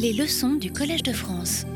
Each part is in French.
Les leçons du Collège de France.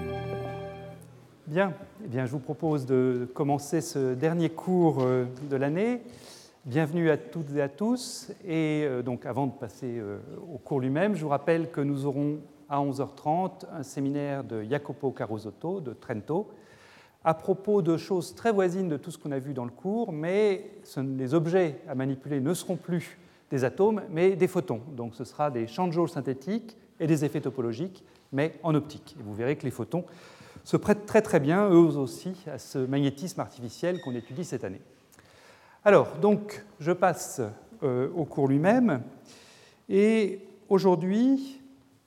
Bien, je vous propose de commencer ce dernier cours de l'année. Bienvenue à toutes et à tous. Et donc, avant de passer au cours lui-même, je vous rappelle que nous aurons à 11h30 un séminaire de Jacopo Carozzotto de Trento à propos de choses très voisines de tout ce qu'on a vu dans le cours, mais les objets à manipuler ne seront plus des atomes, mais des photons. Donc, ce sera des champs de jauge synthétiques et des effets topologiques, mais en optique. Et vous verrez que les photons se prêtent très très bien, eux aussi, à ce magnétisme artificiel qu'on étudie cette année. Alors, donc, je passe au cours lui-même. Et aujourd'hui,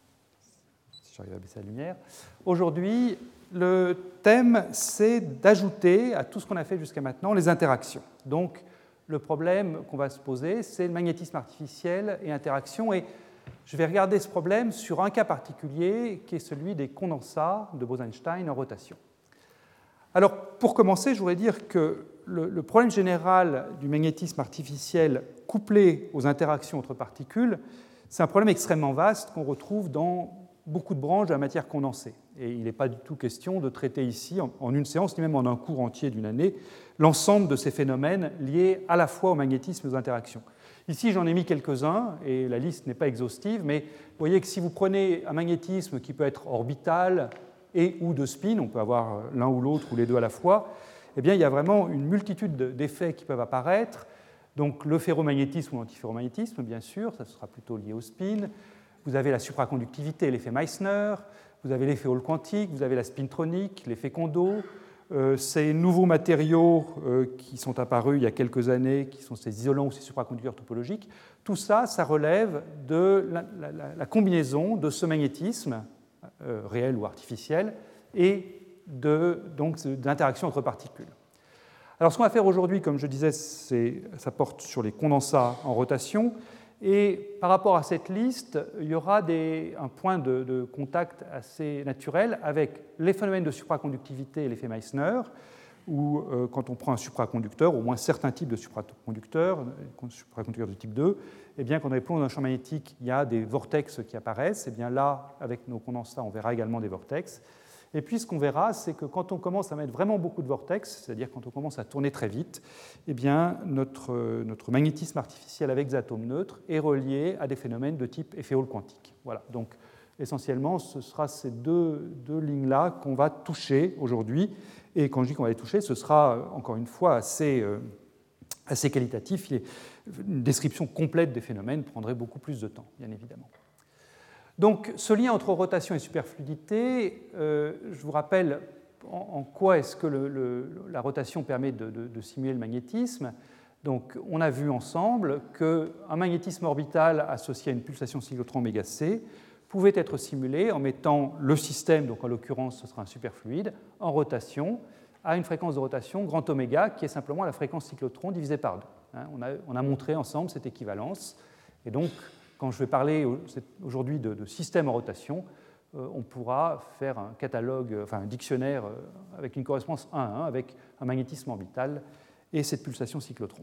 si j'arrive à baisser la lumière, aujourd'hui, le thème, c'est d'ajouter à tout ce qu'on a fait jusqu'à maintenant les interactions. Donc, le problème qu'on va se poser, c'est le magnétisme artificiel et interaction. Et je vais regarder ce problème sur un cas particulier, qui est celui des condensats de Bose-Einstein en rotation. Alors, pour commencer, je voudrais dire que le problème général du magnétisme artificiel couplé aux interactions entre particules, c'est un problème extrêmement vaste qu'on retrouve dans beaucoup de branches de la matière condensée. Et il n'est pas du tout question de traiter ici, en une séance, ni même en un cours entier d'une année, l'ensemble de ces phénomènes liés à la fois au magnétisme et aux interactions. Ici, j'en ai mis quelques-uns, et la liste n'est pas exhaustive, mais vous voyez que si vous prenez un magnétisme qui peut être orbital et ou de spin, on peut avoir l'un ou l'autre ou les deux à la fois, eh bien, il y a vraiment une multitude d'effets qui peuvent apparaître. Donc, le ferromagnétisme ou l'antiferromagnétisme, bien sûr, ça sera plutôt lié au spin. Vous avez la supraconductivité, l'effet Meissner, vous avez l'effet Hall quantique, vous avez la spintronique, l'effet Kondo. Ces nouveaux matériaux qui sont apparus il y a quelques années, qui sont ces isolants ou ces supraconducteurs topologiques, tout ça, ça relève de la combinaison de ce magnétisme, réel ou artificiel, et d'interaction entre particules. Alors, ce qu'on va faire aujourd'hui, comme je disais, ça porte sur les condensats en rotation. Et par rapport à cette liste, il y aura un point de contact assez naturel avec les phénomènes de supraconductivité et l'effet Meissner, où quand on prend un supraconducteur, au moins certains types de supraconducteurs de type 2, eh bien, quand on les plonge dans un champ magnétique, il y a des vortex qui apparaissent. Et bien là, avec nos condensats, on verra également des vortex. Et puis, ce qu'on verra, c'est que quand on commence à mettre vraiment beaucoup de vortex, c'est-à-dire quand on commence à tourner très vite, eh bien, notre magnétisme artificiel avec des atomes neutres est relié à des phénomènes de type effet Hall quantique. Voilà. Donc, essentiellement, ce sera ces deux lignes-là qu'on va toucher aujourd'hui. Et quand je dis qu'on va les toucher, ce sera, encore une fois, assez qualitatif. Une description complète des phénomènes prendrait beaucoup plus de temps, bien évidemment. Donc, ce lien entre rotation et superfluidité, je vous rappelle en quoi est-ce que la rotation permet de simuler le magnétisme. Donc, on a vu ensemble qu'un magnétisme orbital associé à une pulsation cyclotron ωméga c pouvait être simulé en mettant le système, donc en l'occurrence ce sera un superfluide, en rotation à une fréquence de rotation grand oméga qui est simplement la fréquence cyclotron divisée par 2. On a montré ensemble cette équivalence. Et donc, quand je vais parler aujourd'hui de système en rotation, on pourra faire un catalogue, un dictionnaire avec une correspondance 1 à 1 avec un magnétisme orbital et cette pulsation cyclotron.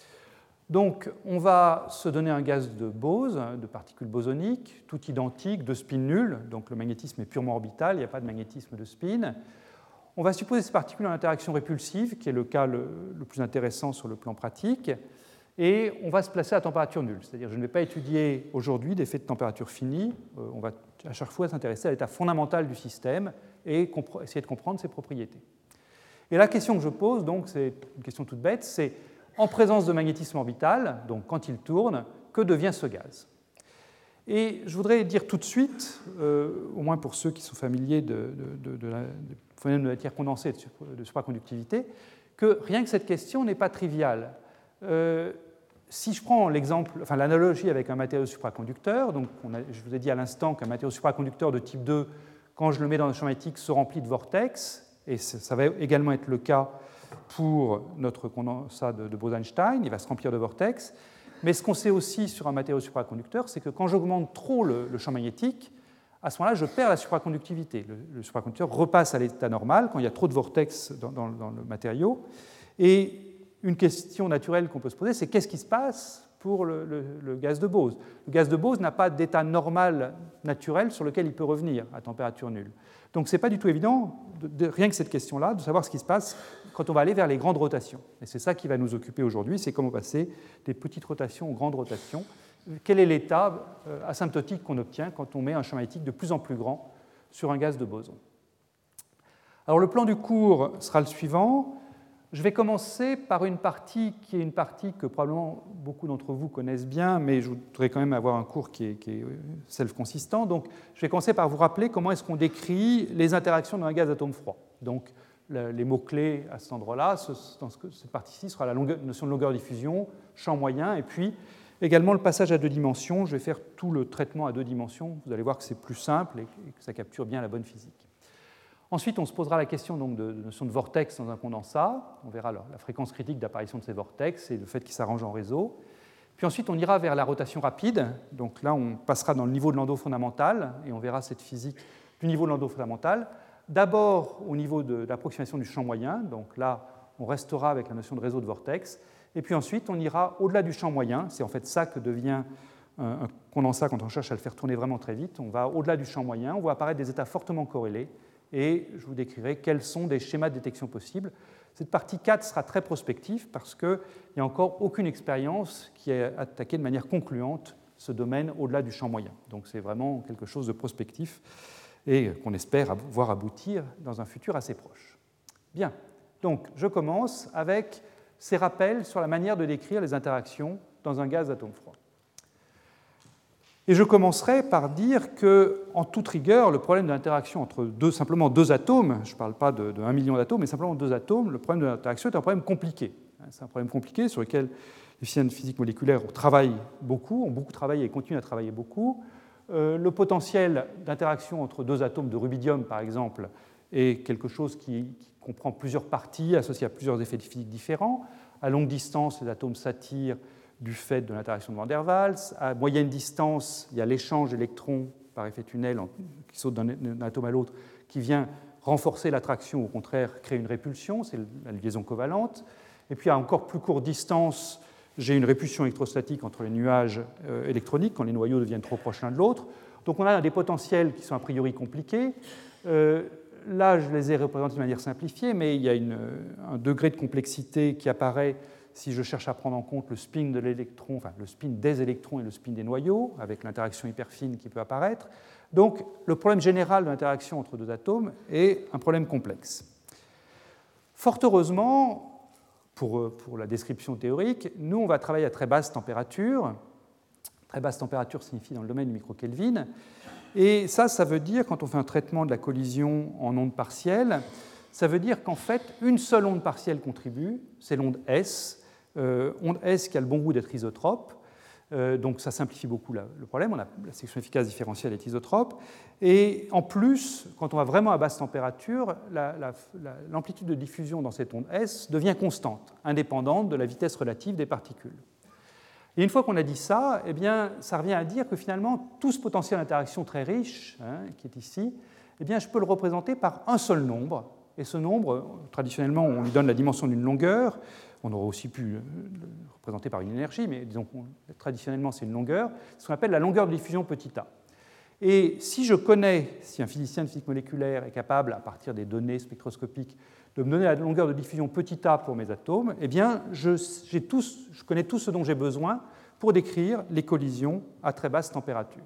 Donc, on va se donner un gaz de Bose, de particules bosoniques, tout identique, de spin nul, donc le magnétisme est purement orbital, il n'y a pas de magnétisme de spin. On va supposer ces particules en interaction répulsive, qui est le cas le plus intéressant sur le plan pratique. Et on va se placer à température nulle, c'est-à-dire je ne vais pas étudier aujourd'hui d'effets de température finie, on va à chaque fois s'intéresser à l'état fondamental du système et essayer de comprendre ses propriétés. Et la question que je pose, donc, c'est une question toute bête, c'est en présence de magnétisme orbital, donc quand il tourne, que devient ce gaz? Et je voudrais dire tout de suite, au moins pour ceux qui sont familiers du phénomène de matière condensée et de supraconductivité, que rien que cette question n'est pas triviale. Si je prends l'analogie avec un matériau supraconducteur, donc je vous ai dit à l'instant qu'un matériau supraconducteur de type 2, quand je le mets dans un champ magnétique, se remplit de vortex, et ça va également être le cas pour notre condensat de Bose-Einstein, il va se remplir de vortex. Mais ce qu'on sait aussi sur un matériau supraconducteur, c'est que quand j'augmente trop le champ magnétique, à ce moment-là, je perds la supraconductivité. Le supraconducteur repasse à l'état normal quand il y a trop de vortex dans le matériau. Et une question naturelle qu'on peut se poser, c'est qu'est-ce qui se passe pour le gaz de Bose. Le gaz de Bose n'a pas d'état normal naturel sur lequel il peut revenir à température nulle. Donc ce n'est pas du tout évident, rien que cette question-là, de savoir ce qui se passe quand on va aller vers les grandes rotations. Et c'est ça qui va nous occuper aujourd'hui, c'est comment passer des petites rotations aux grandes rotations. Quel est l'état asymptotique qu'on obtient quand on met un champ magnétique de plus en plus grand sur un gaz de boson. Alors le plan du cours sera le suivant. Je vais commencer par une partie qui est une partie que probablement beaucoup d'entre vous connaissent bien, mais je voudrais quand même avoir un cours qui est self-consistant. Donc je vais commencer par vous rappeler comment est-ce qu'on décrit les interactions dans un gaz atome froid. Donc les mots-clés à cet endroit-là, dans cette partie-ci, sera la notion de longueur de diffusion, champ moyen, et puis également le passage à deux dimensions. Je vais faire tout le traitement à deux dimensions. Vous allez voir que c'est plus simple et que ça capture bien la bonne physique. Ensuite, on se posera la question donc, de notion de vortex dans un condensat. On verra la fréquence critique d'apparition de ces vortex et le fait qu'ils s'arrangent en réseau. Puis ensuite, on ira vers la rotation rapide. Donc là, on passera dans le niveau de Landau fondamental et on verra cette physique du niveau de Landau fondamental. D'abord au niveau de l'approximation du champ moyen. Donc là, on restera avec la notion de réseau de vortex. Et puis ensuite, on ira au-delà du champ moyen. C'est en fait ça que devient un condensat quand on cherche à le faire tourner vraiment très vite. On va au-delà du champ moyen. On voit apparaître des états fortement corrélés. Et je vous décrirai quels sont des schémas de détection possibles. Cette partie 4 sera très prospective parce qu'il n'y a encore aucune expérience qui ait attaqué de manière concluante ce domaine au-delà du champ moyen. Donc c'est vraiment quelque chose de prospectif et qu'on espère voir aboutir dans un futur assez proche. Bien, donc je commence avec ces rappels sur la manière de décrire les interactions dans un gaz atome froid. Et je commencerai par dire qu'en toute rigueur, le problème de l'interaction entre simplement deux atomes, je ne parle pas de 1 million d'atomes, mais simplement deux atomes, le problème de l'interaction est un problème compliqué. C'est un problème compliqué sur lequel les physiciens de physique moléculaire travaillent beaucoup, ont beaucoup travaillé et continuent à travailler beaucoup. Le potentiel d'interaction entre deux atomes de rubidium, par exemple, est quelque chose qui comprend plusieurs parties associées à plusieurs effets physiques différents. À longue distance, les atomes s'attirent du fait de l'interaction de Van der Waals. À moyenne distance, il y a l'échange d'électrons par effet tunnel qui saute d'un atome à l'autre, qui vient renforcer l'attraction, au contraire créer une répulsion, c'est la liaison covalente. Et puis à encore plus courte distance, j'ai une répulsion électrostatique entre les nuages électroniques quand les noyaux deviennent trop proches l'un de l'autre. Donc on a des potentiels qui sont a priori compliqués. Là, je les ai représentés de manière simplifiée, mais il y a un degré de complexité qui apparaît si je cherche à prendre en compte le spin de l'électron, enfin le spin des électrons et le spin des noyaux, avec l'interaction hyper fine qui peut apparaître. Donc le problème général de l'interaction entre deux atomes est un problème complexe. Fort heureusement, pour la description théorique, nous on va travailler à très basse température. Très basse température signifie dans le domaine du microkelvin. Et ça veut dire, quand on fait un traitement de la collision en ondes partielles, ça veut dire qu'en fait, une seule onde partielle contribue, c'est l'onde S. Onde S qui a le bon goût d'être isotrope, donc ça simplifie beaucoup le problème, on a la sélection efficace différentielle est isotrope, et en plus, quand on va vraiment à basse température, l'amplitude de diffusion dans cette onde S devient constante, indépendante de la vitesse relative des particules. Et une fois qu'on a dit ça, eh bien, ça revient à dire que finalement, tout ce potentiel d'interaction très riche, qui est ici, eh bien, je peux le représenter par un seul nombre, et ce nombre, traditionnellement, on lui donne la dimension d'une longueur. On aurait aussi pu le représenter par une énergie, mais disons que traditionnellement, c'est une longueur. C'est ce qu'on appelle la longueur de diffusion petit a. Et si un physicien de physique moléculaire est capable, à partir des données spectroscopiques, de me donner la longueur de diffusion petit a pour mes atomes, eh bien, je connais tout ce dont j'ai besoin pour décrire les collisions à très basse température.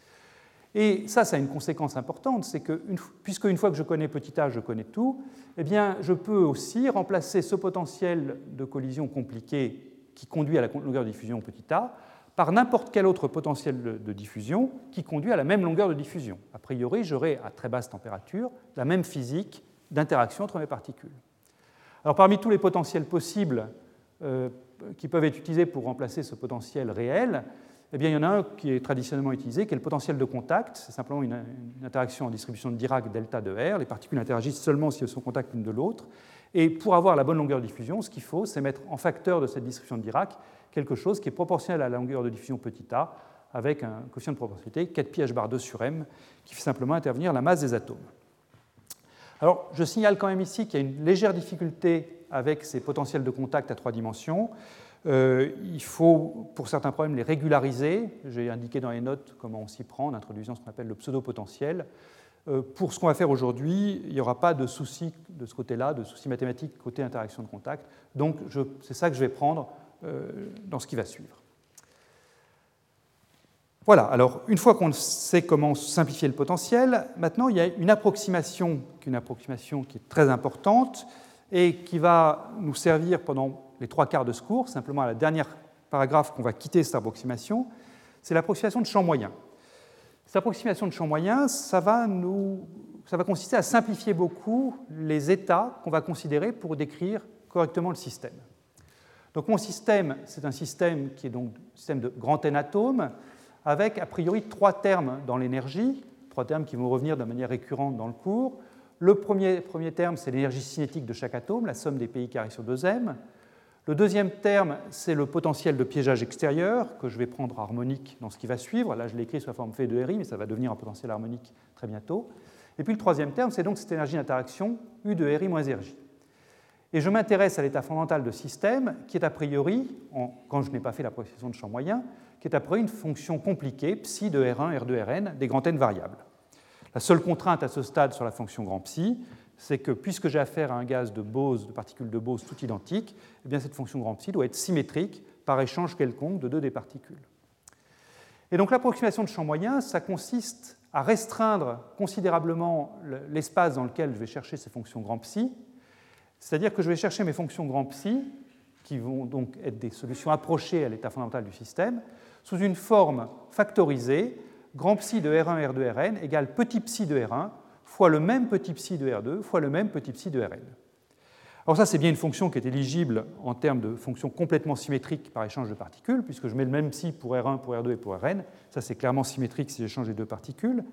Et ça a une conséquence importante, c'est que puisque une fois que je connais petit a, je connais tout, eh bien, je peux aussi remplacer ce potentiel de collision compliqué qui conduit à la longueur de diffusion petit a par n'importe quel autre potentiel de diffusion qui conduit à la même longueur de diffusion. A priori, j'aurai à très basse température la même physique d'interaction entre mes particules. Alors, parmi tous les potentiels possibles qui peuvent être utilisés pour remplacer ce potentiel réel, eh bien, il y en a un qui est traditionnellement utilisé, qui est le potentiel de contact. C'est simplement une interaction en distribution de Dirac delta de R. Les particules interagissent seulement si elles sont en contact l'une de l'autre. Et pour avoir la bonne longueur de diffusion, ce qu'il faut, c'est mettre en facteur de cette distribution de Dirac quelque chose qui est proportionnel à la longueur de diffusion petit a, avec un coefficient de proportionnalité 4πh/2 sur m, qui fait simplement intervenir la masse des atomes. Alors, je signale quand même ici qu'il y a une légère difficulté avec ces potentiels de contact à 3 dimensions. Il faut, pour certains problèmes, les régulariser. J'ai indiqué dans les notes comment on s'y prend en introduisant ce qu'on appelle le pseudo-potentiel. Pour ce qu'on va faire aujourd'hui, il n'y aura pas de souci de ce côté-là, de soucis mathématiques côté interaction de contact. Donc, c'est ça que je vais prendre dans ce qui va suivre. Voilà, alors une fois qu'on sait comment simplifier le potentiel, maintenant il y a une approximation qui est très importante et qui va nous servir pendant les 3/4 de ce cours, simplement à la dernière paragraphe qu'on va quitter cette approximation, c'est l'approximation de champ moyen. Cette approximation de champ moyen, ça va consister à simplifier beaucoup les états qu'on va considérer pour décrire correctement le système. Donc mon système, c'est un système qui est donc un système de grand N atomes, avec a priori 3 termes dans l'énergie, 3 termes qui vont revenir de manière récurrente dans le cours. Le premier terme, c'est l'énergie cinétique de chaque atome, la somme des pi carré sur 2m. Le deuxième terme, c'est le potentiel de piégeage extérieur, que je vais prendre harmonique dans ce qui va suivre. Là, je l'ai écrit sous la forme phi de RI, mais ça va devenir un potentiel harmonique très bientôt. Et puis le troisième terme, c'est donc cette énergie d'interaction U de RI moins RJ. Et je m'intéresse à l'état fondamental de système, qui est a priori, quand je n'ai pas fait l'approximation de champ moyen, qui est a priori une fonction compliquée, psi de R1, R2, Rn, des grands N variables. La seule contrainte à ce stade sur la fonction grand psi, c'est que puisque j'ai affaire à un gaz de Bose, de particules de Bose tout identiques, eh bien cette fonction grand psi doit être symétrique par échange quelconque de 2 des particules. Et donc l'approximation de champ moyen, ça consiste à restreindre considérablement l'espace dans lequel je vais chercher ces fonctions grand psi, c'est-à-dire que je vais chercher mes fonctions grand psi, qui vont donc être des solutions approchées à l'état fondamental du système, sous une forme factorisée, grand psi de R1, R2, Rn égale petit psi de R1 fois le même petit psi de R2 fois le même petit psi de Rn. Alors ça, c'est bien une fonction qui est éligible en termes de fonction complètement symétrique par échange de particules, puisque je mets le même psi pour R1, pour R2 et pour Rn. Ça, c'est clairement symétrique si j'échange les 2 particules.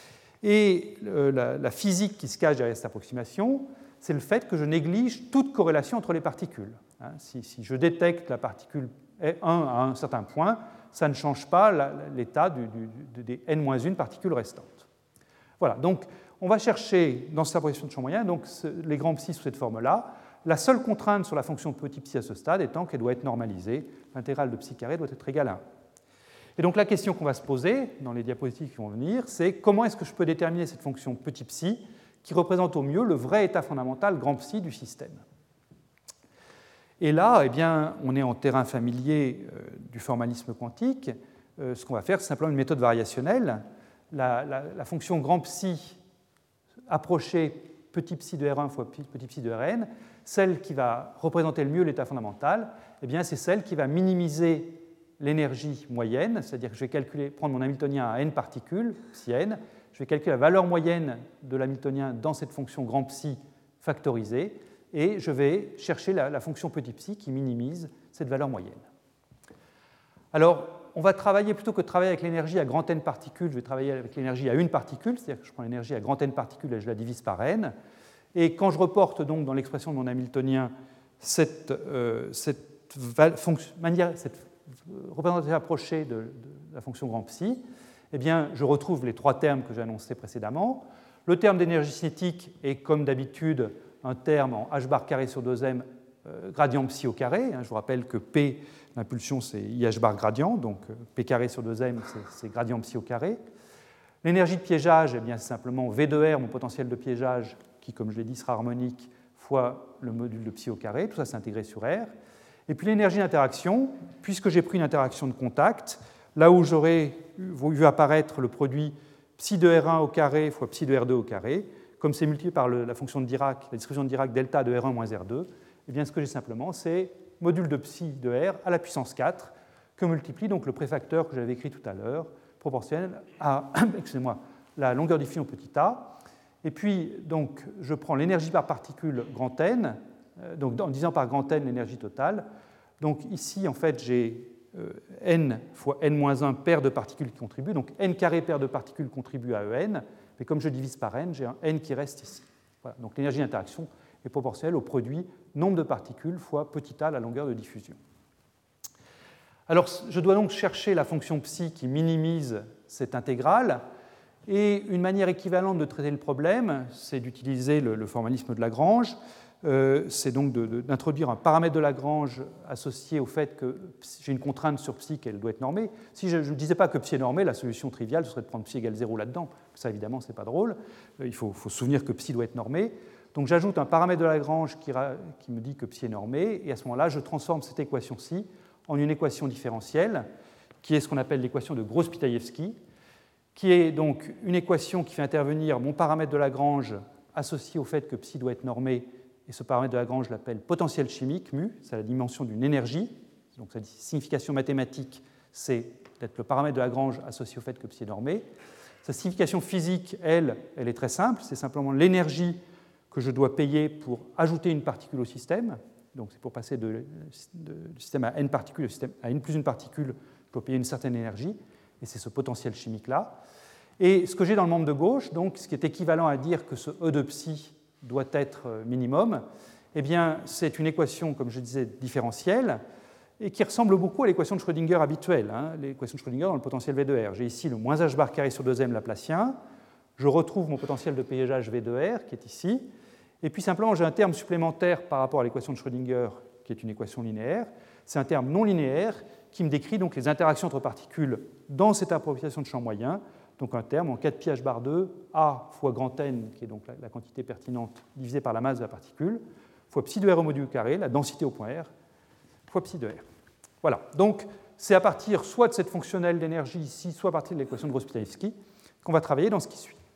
Et la physique qui se cache derrière cette approximation, c'est le fait que je néglige toute corrélation entre les particules. Si je détecte la particule 1 à un certain point, ça ne change pas l'état des n-1 particules restantes. Voilà, donc on va chercher dans cette approximation de champ moyen donc, les grands psi sous cette forme-là. La seule contrainte sur la fonction de petit psi à ce stade étant qu'elle doit être normalisée. L'intégrale de psi carré doit être égale à 1. Et donc la question qu'on va se poser dans les diapositives qui vont venir, c'est comment est-ce que je peux déterminer cette fonction petit psi qui représente au mieux le vrai état fondamental grand psi du système. Et là, eh bien, on est en terrain familier du formalisme quantique. Ce qu'on va faire, c'est simplement une méthode variationnelle. La fonction grand psi approchée petit psi de R1 fois petit psi de Rn, celle qui va représenter le mieux l'état fondamental, eh bien, c'est celle qui va minimiser l'énergie moyenne, c'est-à-dire que je vais prendre mon hamiltonien à n particules, psi n, je vais calculer la valeur moyenne de l'hamiltonien dans cette fonction grand psi factorisée, et je vais chercher la fonction petit psi qui minimise cette valeur moyenne. Alors, on va travailler, plutôt que de travailler avec l'énergie à grand n particules, je vais travailler avec l'énergie à une particule, c'est-à-dire que je prends l'énergie à grand n particules et je la divise par n. Et quand je reporte donc dans l'expression de mon hamiltonien cette représentation approchée de la fonction grand psi, eh bien, je retrouve les 3 termes que j'ai annoncés précédemment. Le terme d'énergie cinétique est, comme d'habitude, un terme en h bar carré sur 2m gradient psi au carré. Je vous rappelle que P, l'impulsion, c'est IH bar gradient, donc P carré sur 2m, c'est gradient psi au carré. L'énergie de piégeage, eh bien, c'est simplement V de R, mon potentiel de piégeage, qui, comme je l'ai dit, sera harmonique, fois le module de psi au carré. Tout ça, c'est intégré sur R. Et puis l'énergie d'interaction, puisque j'ai pris une interaction de contact, là où j'aurais vu apparaître le produit psi de R1 au carré fois psi de R2 au carré, comme c'est multiplié par la fonction de Dirac, la distribution de Dirac delta de R1 moins R2, eh bien, ce que j'ai simplement, c'est module de psi de R à la puissance 4, que multiplie donc le préfacteur que j'avais écrit tout à l'heure, proportionnel à la longueur diffusion petit a. Et puis, donc, je prends l'énergie par particule grand N, donc en divisant par grand N l'énergie totale. Donc ici, en fait, j'ai n fois n-1 paire de particules qui contribuent, donc n carré paire de particules contribue à En, mais comme je divise par n, j'ai un n qui reste ici. Voilà, donc l'énergie d'interaction est proportionnelle au produit nombre de particules fois petit a la longueur de diffusion. Alors je dois donc chercher la fonction psi qui minimise cette intégrale, et une manière équivalente de traiter le problème, c'est d'utiliser le formalisme de Lagrange. c'est donc d'introduire un paramètre de Lagrange associé au fait que j'ai une contrainte sur psi qu'elle doit être normée. Si je ne disais pas que psi est normé, la solution triviale ce serait de prendre psi égale 0 là-dedans. Ça, évidemment, ce n'est pas drôle. Il faut se souvenir que psi doit être normé. Donc j'ajoute un paramètre de Lagrange qui me dit que psi est normé, et à ce moment-là, je transforme cette équation-ci en une équation différentielle, qui est ce qu'on appelle l'équation de Gross-Pitaïevski, qui est donc une équation qui fait intervenir mon paramètre de Lagrange associé au fait que psi doit être normé, et ce paramètre de Lagrange, je l'appelle potentiel chimique, mu, c'est la dimension d'une énergie, donc sa signification mathématique, c'est d'être le paramètre de Lagrange associé au fait que psi est normé. Sa signification physique, elle est très simple, c'est simplement l'énergie que je dois payer pour ajouter une particule au système. Donc c'est pour passer du système à n particules au système à n plus une particule, je dois payer une certaine énergie, et c'est ce potentiel chimique-là. Et ce que j'ai dans le membre de gauche, donc ce qui est équivalent à dire que ce E de psi doit être minimum, eh bien c'est une équation, comme je disais, différentielle, et qui ressemble beaucoup à l'équation de Schrödinger habituelle, l'équation de Schrödinger dans le potentiel V de R. J'ai ici le moins h bar carré sur 2m laplacien, je retrouve mon potentiel de payage V de R qui est ici, et puis simplement j'ai un terme supplémentaire par rapport à l'équation de Schrödinger qui est une équation linéaire, c'est un terme non linéaire qui me décrit donc les interactions entre particules dans cette appropriation de champ moyen, donc un terme en 4 pi h bar 2, A fois grand N, qui est donc la quantité pertinente divisée par la masse de la particule, fois psi de R au module carré, la densité au point R, fois psi de R. Voilà, donc c'est à partir soit de cette fonctionnelle d'énergie ici, soit à partir de l'équation de Gross-Pitaïevski qu'on va travailler dans ce qui suit.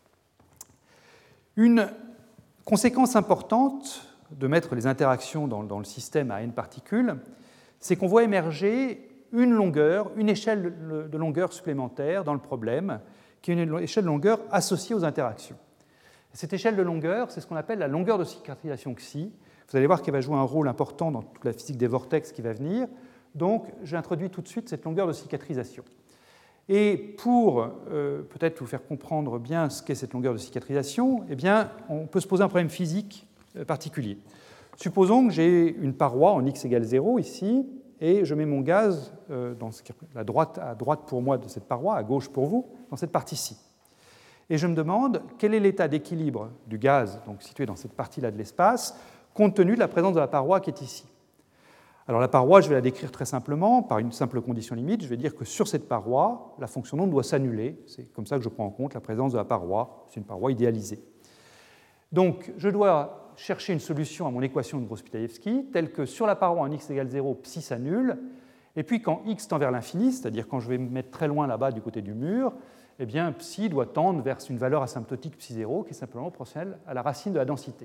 Une conséquence importante de mettre les interactions dans le système à n particules, c'est qu'on voit émerger une longueur, une échelle de longueur supplémentaire dans le problème, qui est une échelle de longueur associée aux interactions. Cette échelle de longueur, c'est ce qu'on appelle la longueur de cicatrisation xi. Vous allez voir qu'elle va jouer un rôle important dans toute la physique des vortex qui va venir. Donc, j'introduis tout de suite cette longueur de cicatrisation. Et pour peut-être vous faire comprendre bien ce qu'est cette longueur de cicatrisation, eh bien, on peut se poser un problème physique particulier. Supposons que j'ai une paroi en x égale 0 ici, et je mets mon gaz à droite pour moi de cette paroi, à gauche pour vous, dans cette partie-ci. Et je me demande quel est l'état d'équilibre du gaz donc situé dans cette partie-là de l'espace, compte tenu de la présence de la paroi qui est ici. Alors la paroi, je vais la décrire très simplement, par une simple condition limite. Je vais dire que sur cette paroi, la fonction d'onde doit s'annuler. C'est comme ça que je prends en compte la présence de la paroi. C'est une paroi idéalisée. Donc je dois chercher une solution à mon équation de Gross-Pitaïevski, telle que sur la paroi en x égale 0, psi s'annule, et puis quand x tend vers l'infini, c'est-à-dire quand je vais me mettre très loin là-bas du côté du mur, eh bien psi doit tendre vers une valeur asymptotique psi 0 qui est simplement proportionnelle à la racine de la densité.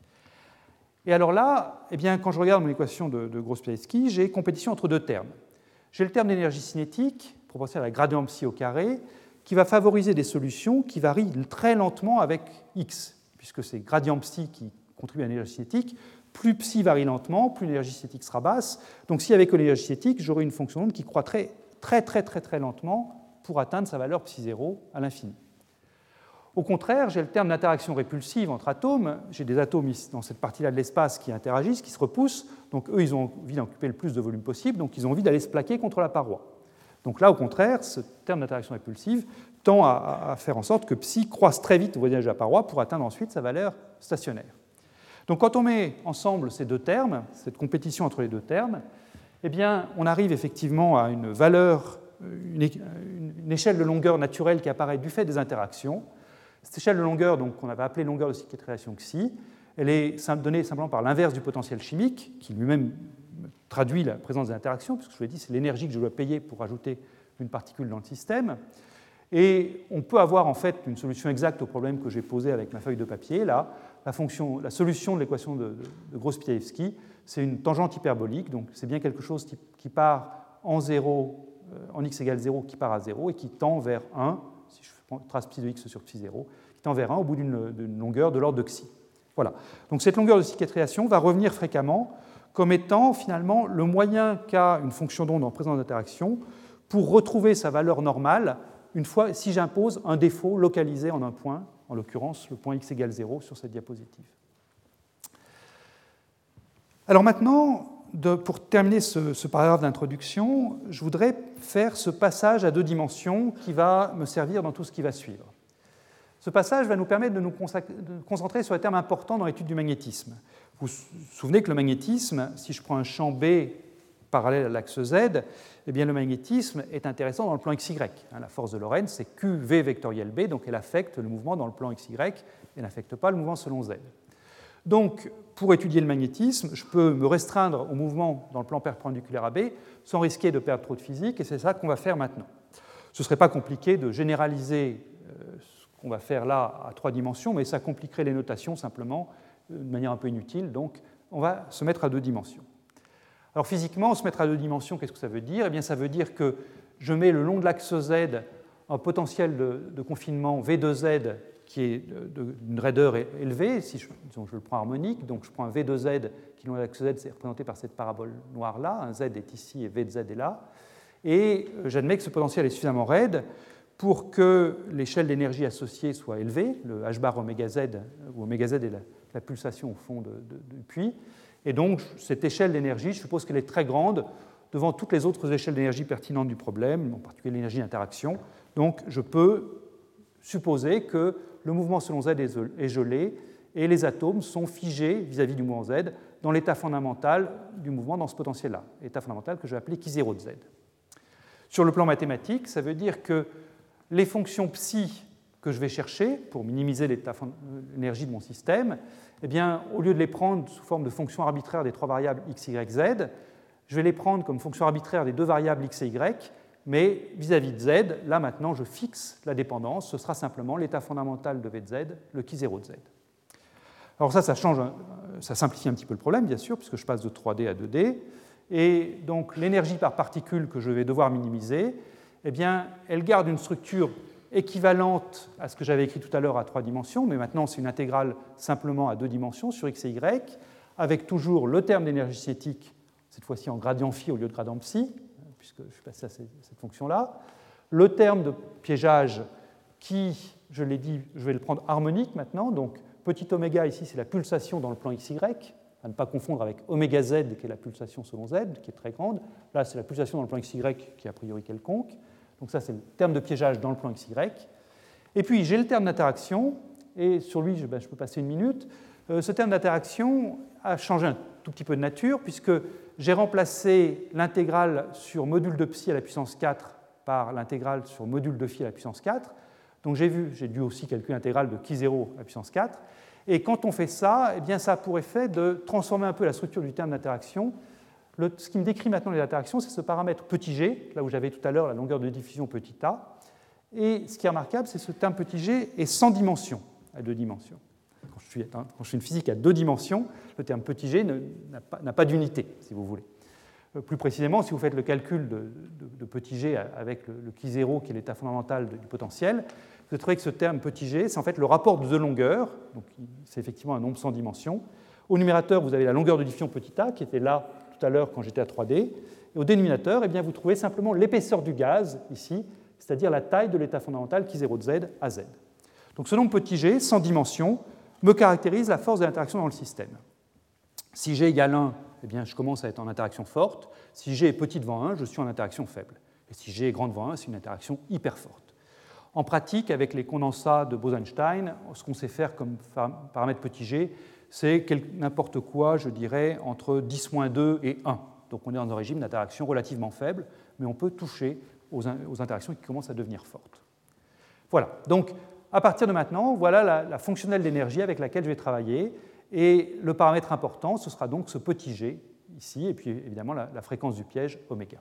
Et alors là, eh bien, quand je regarde mon équation de Gross-Pitaïevski, j'ai compétition entre deux termes. J'ai le terme d'énergie cinétique, proportionnel à gradient psi au carré, qui va favoriser des solutions qui varient très lentement avec x, puisque c'est gradient psi qui contribue à l'énergie cinétique. Plus psi varie lentement, plus l'énergie cinétique sera basse. Donc si avec l'énergie cinétique, j'aurai une fonction d'onde qui croîtrait très lentement pour atteindre sa valeur psi 0 à l'infini. Au contraire, j'ai le terme d'interaction répulsive entre atomes. J'ai des atomes dans cette partie-là de l'espace qui interagissent, qui se repoussent. Donc eux, ils ont envie d'occuper le plus de volume possible, donc ils ont envie d'aller se plaquer contre la paroi. Donc là, au contraire, ce terme d'interaction répulsive tend à faire en sorte que psi croisse très vite au voisinage de la paroi pour atteindre ensuite sa valeur stationnaire. Donc quand on met ensemble ces deux termes, cette compétition entre les deux termes, eh bien, on arrive effectivement à une valeur, une échelle de longueur naturelle qui apparaît du fait des interactions. Cette échelle de longueur, donc, qu'on avait appelée longueur de cicatrisation xi, elle est donnée simplement par l'inverse du potentiel chimique, qui lui-même traduit la présence des interactions, puisque je vous l'ai dit, c'est l'énergie que je dois payer pour ajouter une particule dans le système. Et on peut avoir en fait une solution exacte au problème que j'ai posé avec ma feuille de papier. Là, la solution de l'équation de Gross-Pitaïevski, c'est une tangente hyperbolique, donc c'est bien quelque chose qui part en 0, en x égale 0, qui part à 0 et qui tend vers 1, si je trace psi de x sur psi 0, qui tend vers 1 au bout d'une longueur de l'ordre de xi. Voilà. Donc cette longueur de cicatrisation va revenir fréquemment comme étant finalement le moyen qu'a une fonction d'onde en présence d'interaction pour retrouver sa valeur normale une fois si j'impose un défaut localisé en un point, en l'occurrence le point x égale 0 sur cette diapositive. Alors maintenant, pour terminer ce paragraphe d'introduction, je voudrais faire ce passage à deux dimensions qui va me servir dans tout ce qui va suivre. Ce passage va nous permettre de nous concentrer sur les termes importants dans l'étude du magnétisme. Vous vous souvenez que le magnétisme, si je prends un champ B parallèle à l'axe Z, eh bien le magnétisme est intéressant dans le plan XY. La force de Lorentz, c'est QV vectoriel B, donc elle affecte le mouvement dans le plan XY et n'affecte pas le mouvement selon Z. Donc, pour étudier le magnétisme, je peux me restreindre au mouvement dans le plan perpendiculaire à B sans risquer de perdre trop de physique, et c'est ça qu'on va faire maintenant. Ce ne serait pas compliqué de généraliser ce qu'on va faire là à 3 dimensions, mais ça compliquerait les notations simplement de manière un peu inutile, donc on va se mettre à 2 dimensions. Alors physiquement, se mettre à 2 dimensions, qu'est-ce que ça veut dire ? Eh bien, ça veut dire que je mets le long de l'axe Z un potentiel de confinement V de Z qui est d'une raideur élevée, si je le prends harmonique, donc je prends un V de Z qui, long de l'axe Z, c'est représenté par cette parabole noire-là, un Z est ici et V de Z est là, et j'admets que ce potentiel est suffisamment raide pour que l'échelle d'énergie associée soit élevée, le h bar oméga Z, où oméga Z est la pulsation au fond du puits, et donc cette échelle d'énergie, je suppose qu'elle est très grande devant toutes les autres échelles d'énergie pertinentes du problème, en particulier l'énergie d'interaction, donc je peux supposer que le mouvement selon Z est gelé et les atomes sont figés vis-à-vis du mouvement Z dans l'état fondamental du mouvement dans ce potentiel-là, l'état fondamental que je vais appeler Ki0 de Z. Sur le plan mathématique, ça veut dire que les fonctions psi que je vais chercher pour minimiser l'énergie de mon système, eh bien, au lieu de les prendre sous forme de fonctions arbitraires des 3 variables x, y, z, je vais les prendre comme fonctions arbitraires des 2 variables x et y, mais vis-à-vis de z, là maintenant je fixe la dépendance, ce sera simplement l'état fondamental de v de z, le Ki0 de z. Alors ça simplifie un petit peu le problème, bien sûr, puisque je passe de 3D à 2D, et donc l'énergie par particule que je vais devoir minimiser, eh bien, elle garde une structure équivalente à ce que j'avais écrit tout à l'heure à 3 dimensions, mais maintenant c'est une intégrale simplement à 2 dimensions sur x et y, avec toujours le terme d'énergie cinétique, cette fois-ci en gradient phi au lieu de gradient psi, puisque je suis passé à cette fonction-là, le terme de piégeage qui, je l'ai dit, je vais le prendre harmonique maintenant, donc petit oméga ici c'est la pulsation dans le plan xy, à ne pas confondre avec oméga z qui est la pulsation selon z, qui est très grande, là c'est la pulsation dans le plan xy qui est a priori quelconque, donc ça c'est le terme de piégeage dans le plan xy, et puis j'ai le terme d'interaction, et sur lui je peux passer une minute. Ce terme d'interaction a changé un tout petit peu de nature, puisque j'ai remplacé l'intégrale sur module de psi à la puissance 4 par l'intégrale sur module de phi à la puissance 4. Donc j'ai dû aussi calculer l'intégrale de Ki0 à la puissance 4. Et quand on fait ça, eh bien, ça a pour effet de transformer un peu la structure du terme d'interaction. Ce qui me décrit maintenant les interactions, c'est ce paramètre petit g, là où j'avais tout à l'heure la longueur de diffusion petit a. Et ce qui est remarquable, c'est que ce terme petit g est sans dimension, à 2 dimensions. Quand je fais une physique à 2 dimensions, le terme petit g n'a pas d'unité, si vous voulez. Plus précisément, si vous faites le calcul de petit g avec le Ki0, qui est l'état fondamental du potentiel, vous trouvez que ce terme petit g, c'est en fait le rapport de 2 longueurs, donc c'est effectivement un nombre sans dimension. Au numérateur, vous avez la longueur de diffusion petit a, qui était là tout à l'heure quand j'étais à 3D. Et au dénominateur, eh bien, vous trouvez simplement l'épaisseur du gaz, ici, c'est-à-dire la taille de l'état fondamental Ki0 de z à z. Donc ce nombre petit g, sans dimension, me caractérise la force de l'interaction dans le système. Si g égale 1, eh bien, je commence à être en interaction forte. Si g est petit devant 1, je suis en interaction faible. Et si g est grand devant 1, c'est une interaction hyper forte. En pratique, avec les condensats de Bose-Einstein, ce qu'on sait faire comme paramètre petit g, c'est n'importe quoi, je dirais, entre 10-2 et 1. Donc on est dans un régime d'interaction relativement faible, mais on peut toucher aux interactions qui commencent à devenir fortes. Voilà, donc à partir de maintenant, voilà la fonctionnelle d'énergie avec laquelle je vais travailler. Et le paramètre important, ce sera donc ce petit g ici, et puis évidemment la fréquence du piège oméga.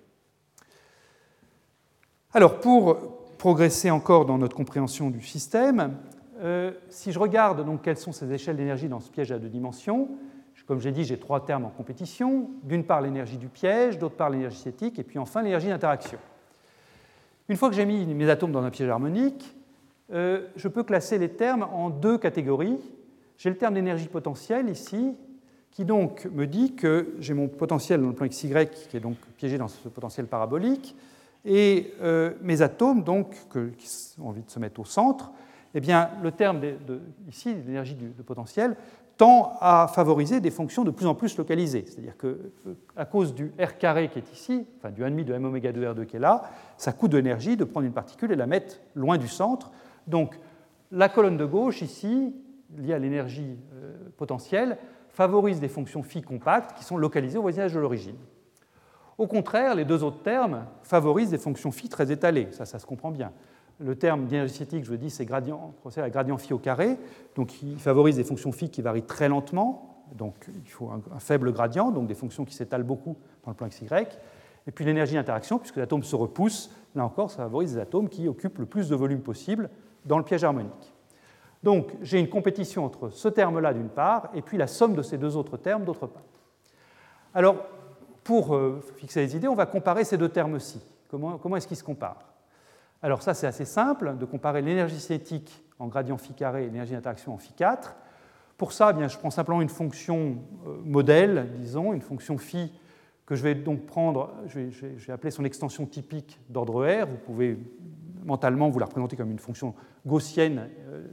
Alors pour progresser encore dans notre compréhension du système, si je regarde donc quelles sont ces échelles d'énergie dans ce piège à 2 dimensions, comme j'ai dit, j'ai 3 termes en compétition. D'une part l'énergie du piège, d'autre part l'énergie cinétique, et puis enfin l'énergie d'interaction. Une fois que j'ai mis mes atomes dans un piège harmonique, je peux classer les termes en 2 catégories. J'ai le terme d'énergie potentielle ici, qui donc me dit que j'ai mon potentiel dans le plan XY qui est donc piégé dans ce potentiel parabolique, et mes atomes donc, qui ont envie de se mettre au centre, eh bien, le terme ici, l'énergie du potentiel, tend à favoriser des fonctions de plus en plus localisées. C'est-à-dire qu'à cause du R carré qui est ici, enfin du 1,5 de m oméga 2 R2 qui est là, ça coûte de l'énergie de prendre une particule et la mettre loin du centre. Donc la colonne de gauche ici, liée à l'énergie potentielle, favorisent des fonctions phi compactes qui sont localisées au voisinage de l'origine. Au contraire, les deux autres termes favorisent des fonctions phi très étalées, ça se comprend bien. Le terme d'énergie cinétique, je le dis, c'est procède à gradient phi au carré, donc il favorise des fonctions phi qui varient très lentement, donc il faut un faible gradient, donc des fonctions qui s'étalent beaucoup dans le plan xy. Et puis l'énergie d'interaction, puisque l'atome se repousse, là encore, ça favorise des atomes qui occupent le plus de volume possible dans le piège harmonique. Donc j'ai une compétition entre ce terme-là d'une part, et puis la somme de ces deux autres termes d'autre part. Alors, pour fixer les idées, on va comparer ces deux termes-ci. Comment est-ce qu'ils se comparent? Alors ça, c'est assez simple, de comparer l'énergie cinétique en gradient phi carré et l'énergie d'interaction en phi 4. Pour ça, eh bien, je prends simplement une fonction modèle, disons, une fonction phi que je vais donc prendre, je vais appeler son extension typique d'ordre R. Vous pouvez mentalement vous la représenter comme une fonction gaussienne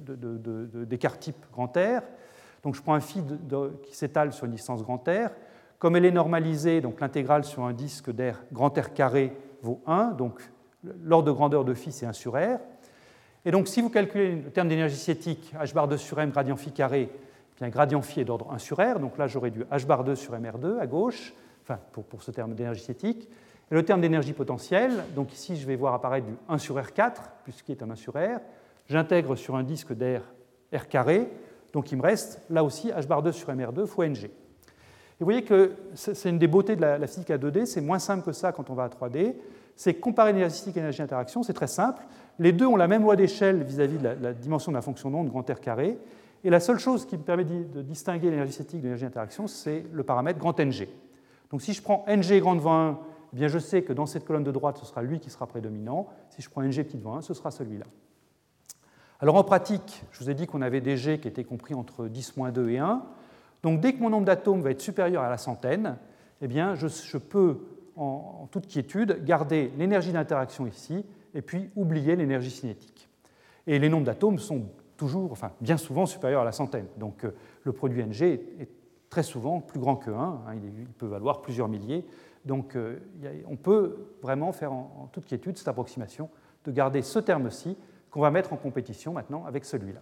d'écart type grand R. Donc je prends un phi qui s'étale sur une distance grand R. Comme elle est normalisée, donc l'intégrale sur un disque d'R grand R carré vaut 1, donc l'ordre de grandeur de phi c'est 1 sur R. Et donc si vous calculez le terme d'énergie cinétique h bar 2 sur m gradient phi carré, eh bien gradient phi est d'ordre 1 sur R, donc là j'aurais du h bar 2 sur mr2 à gauche, enfin pour ce terme d'énergie cinétique. Et le terme d'énergie potentielle, donc ici je vais voir apparaître du 1 sur R4, puisqu'il est un 1 sur R. J'intègre sur un disque d'R R carré, donc il me reste là aussi h bar 2 sur mr2 fois ng. Et vous voyez que c'est une des beautés de la physique à 2D, c'est moins simple que ça quand on va à 3D. C'est comparer l'énergie cinétique et l'énergie d'interaction, c'est très simple. Les deux ont la même loi d'échelle vis-à-vis de la dimension de la fonction d'onde grand R carré. Et la seule chose qui me permet de distinguer l'énergie cinétique de l'énergie d'interaction, c'est le paramètre grand Ng. Donc si je prends Ng grand devant 1, eh bien je sais que dans cette colonne de droite, ce sera lui qui sera prédominant. Si je prends Ng petit devant 1, ce sera celui-là. Alors en pratique, je vous ai dit qu'on avait des G qui étaient compris entre 10-2 et 1. Donc dès que mon nombre d'atomes va être supérieur à la centaine, eh bien, je peux, en toute quiétude, garder l'énergie d'interaction ici et puis oublier l'énergie cinétique. Et les nombres d'atomes sont toujours, enfin bien souvent supérieurs à la centaine. Donc le produit Ng est très souvent plus grand que 1, il peut valoir plusieurs milliers. Donc on peut vraiment faire en toute quiétude cette approximation de garder ce terme-ci qu'on va mettre en compétition maintenant avec celui-là.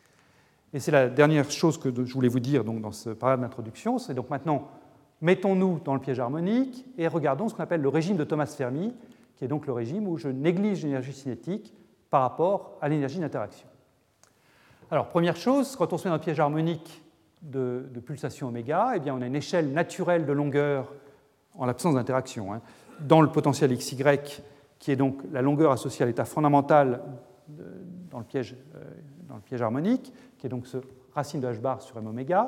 Et c'est la dernière chose que je voulais vous dire donc, dans ce paragraphe d'introduction, c'est donc maintenant, mettons-nous dans le piège harmonique et regardons ce qu'on appelle le régime de Thomas-Fermi, qui est donc le régime où je néglige l'énergie cinétique par rapport à l'énergie d'interaction. Alors, première chose, quand on se met dans le piège harmonique de pulsation oméga, eh bien, on a une échelle naturelle de longueur en l'absence d'interaction, dans le potentiel XY, qui est donc la longueur associée à l'état fondamental dans le piège harmonique, qui est donc ce racine de h bar sur m oméga.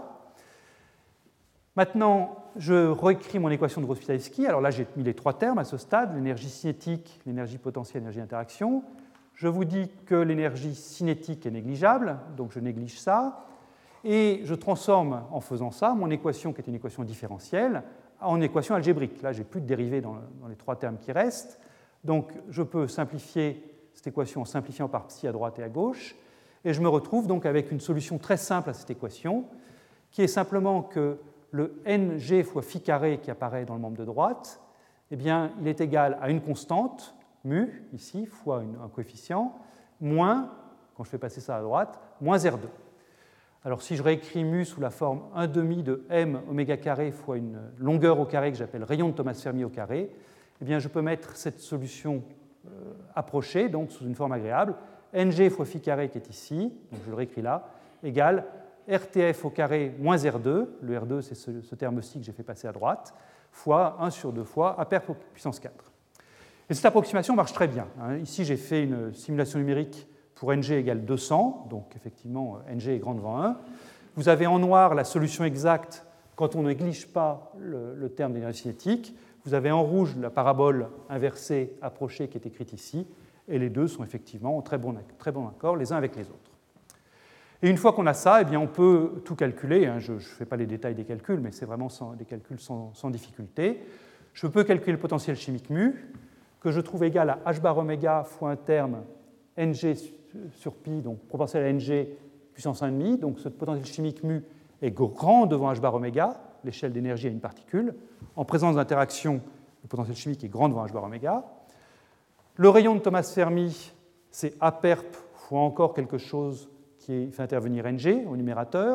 Maintenant, je réécris mon équation de Grosspitaevski. Alors là, j'ai mis les trois termes à ce stade, l'énergie cinétique, l'énergie potentielle, l'énergie d'interaction. Je vous dis que l'énergie cinétique est négligeable, donc je néglige ça. Et je transforme, en faisant ça, mon équation, qui est une équation différentielle, en équation algébrique. Là, je n'ai plus de dérivée dans les trois termes qui restent. Donc, je peux simplifier cette équation en simplifiant par psi à droite et à gauche. Et je me retrouve donc avec une solution très simple à cette équation, qui est simplement que le Ng fois phi carré qui apparaît dans le membre de droite, eh bien, il est égal à une constante, mu, ici, fois un coefficient, moins, quand je fais passer ça à droite, moins R2. Alors si je réécris mu sous la forme 1 demi de m oméga carré fois une longueur au carré que j'appelle rayon de Thomas-Fermi au carré, eh bien, je peux mettre cette solution approchée, donc sous une forme agréable, Ng fois phi carré qui est ici, donc je le réécris là, égale RTF au carré moins R2, le R2 c'est ce terme-ci que j'ai fait passer à droite, fois 1 sur 2 fois A pair puissance 4. Et cette approximation marche très bien. Ici j'ai fait une simulation numérique pour Ng égale 200, donc effectivement Ng est grand devant 1. Vous avez en noir la solution exacte quand on ne néglige pas le terme d'énergie cinétique. Vous avez en rouge la parabole inversée approchée qui est écrite ici, et les deux sont effectivement en très bon accord les uns avec les autres. Et une fois qu'on a ça, eh bien, on peut tout calculer. Je ne fais pas les détails des calculs, mais c'est vraiment des calculs sans difficulté. Je peux calculer le potentiel chimique mu, que je trouve égal à h bar oméga fois un terme Ng sur pi, donc proportionnel à Ng puissance 1,5. Donc ce potentiel chimique mu est grand devant h bar oméga, l'échelle d'énergie à une particule. En présence d'interaction, le potentiel chimique est grand devant h bar oméga. Le rayon de Thomas-Fermi, c'est A perp fois encore quelque chose qui fait intervenir Ng au numérateur.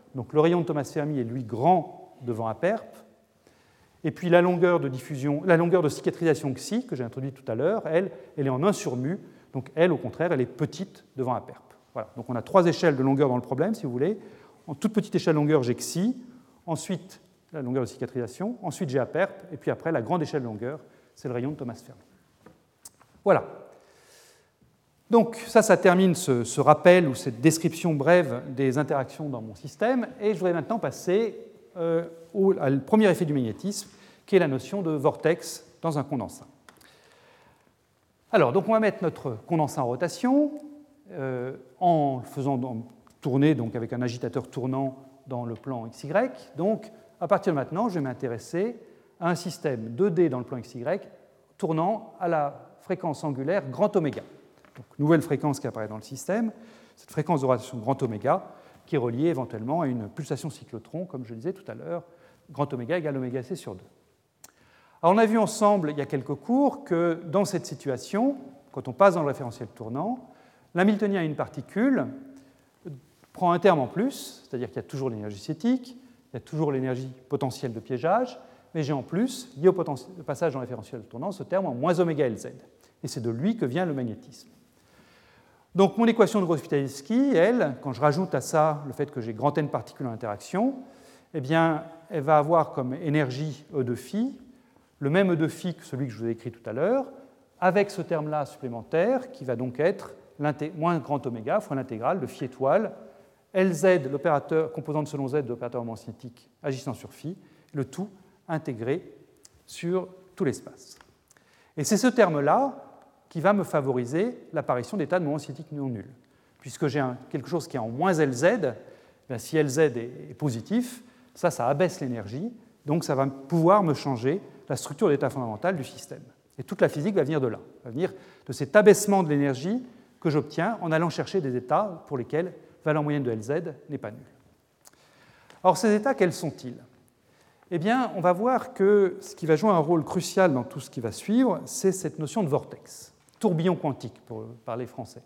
Donc le rayon de Thomas Fermi est lui grand devant Aperp. Et puis la longueur de cicatrisation xi, que j'ai introduite tout à l'heure, elle est en 1 sur mu. Donc elle, au contraire, elle est petite devant Aperp. Voilà. Donc on a 3 échelles de longueur dans le problème, si vous voulez. En toute petite échelle de longueur, j'ai xi. Ensuite, la longueur de cicatrisation. Ensuite, j'ai Aperp. Et puis après, la grande échelle de longueur, c'est le rayon de Thomas Fermi. Voilà. Donc ça termine ce rappel ou cette description brève des interactions dans mon système. Et je voudrais maintenant passer au premier effet du magnétisme, qui est la notion de vortex dans un condensat. Alors, donc on va mettre notre condensat en rotation en le faisant tourner donc, avec un agitateur tournant dans le plan XY. Donc, à partir de maintenant, je vais m'intéresser à un système 2D dans le plan XY tournant à la fréquence angulaire grand oméga. Donc, nouvelle fréquence qui apparaît dans le système, cette fréquence de rotation grand oméga qui est reliée éventuellement à une pulsation cyclotron, comme je le disais tout à l'heure, grand oméga égale oméga c sur 2. Alors, on a vu ensemble il y a quelques cours que dans cette situation, quand on passe dans le référentiel tournant, l'hamiltonien à une particule prend un terme en plus, c'est-à-dire qu'il y a toujours l'énergie cinétique, il y a toujours l'énergie potentielle de piégeage, mais j'ai en plus, lié au passage dans le référentiel tournant, ce terme en moins oméga Lz. Et c'est de lui que vient le magnétisme. Donc mon équation de Grothe-Witaliski, elle, quand je rajoute à ça le fait que j'ai grand N particules en interaction, eh bien, elle va avoir comme énergie E de phi le même E de phi que celui que je vous ai écrit tout à l'heure, avec ce terme-là supplémentaire qui va donc être moins grand oméga fois l'intégrale de phi étoile, Lz, l'opérateur composante selon Z de l'opérateur moment cinétique agissant sur phi, le tout intégré sur tout l'espace. Et c'est ce terme-là qui va me favoriser l'apparition d'états de moment cinétique non nuls. Puisque j'ai quelque chose qui est en moins Lz, si Lz est positif, ça abaisse l'énergie, donc ça va pouvoir me changer la structure d'état fondamental du système. Et toute la physique va venir de là, va venir de cet abaissement de l'énergie que j'obtiens en allant chercher des états pour lesquels la valeur moyenne de Lz n'est pas nulle. Alors ces états, quels sont-ils ? Eh bien, on va voir que ce qui va jouer un rôle crucial dans tout ce qui va suivre, c'est cette notion de vortex, tourbillon quantique pour parler français.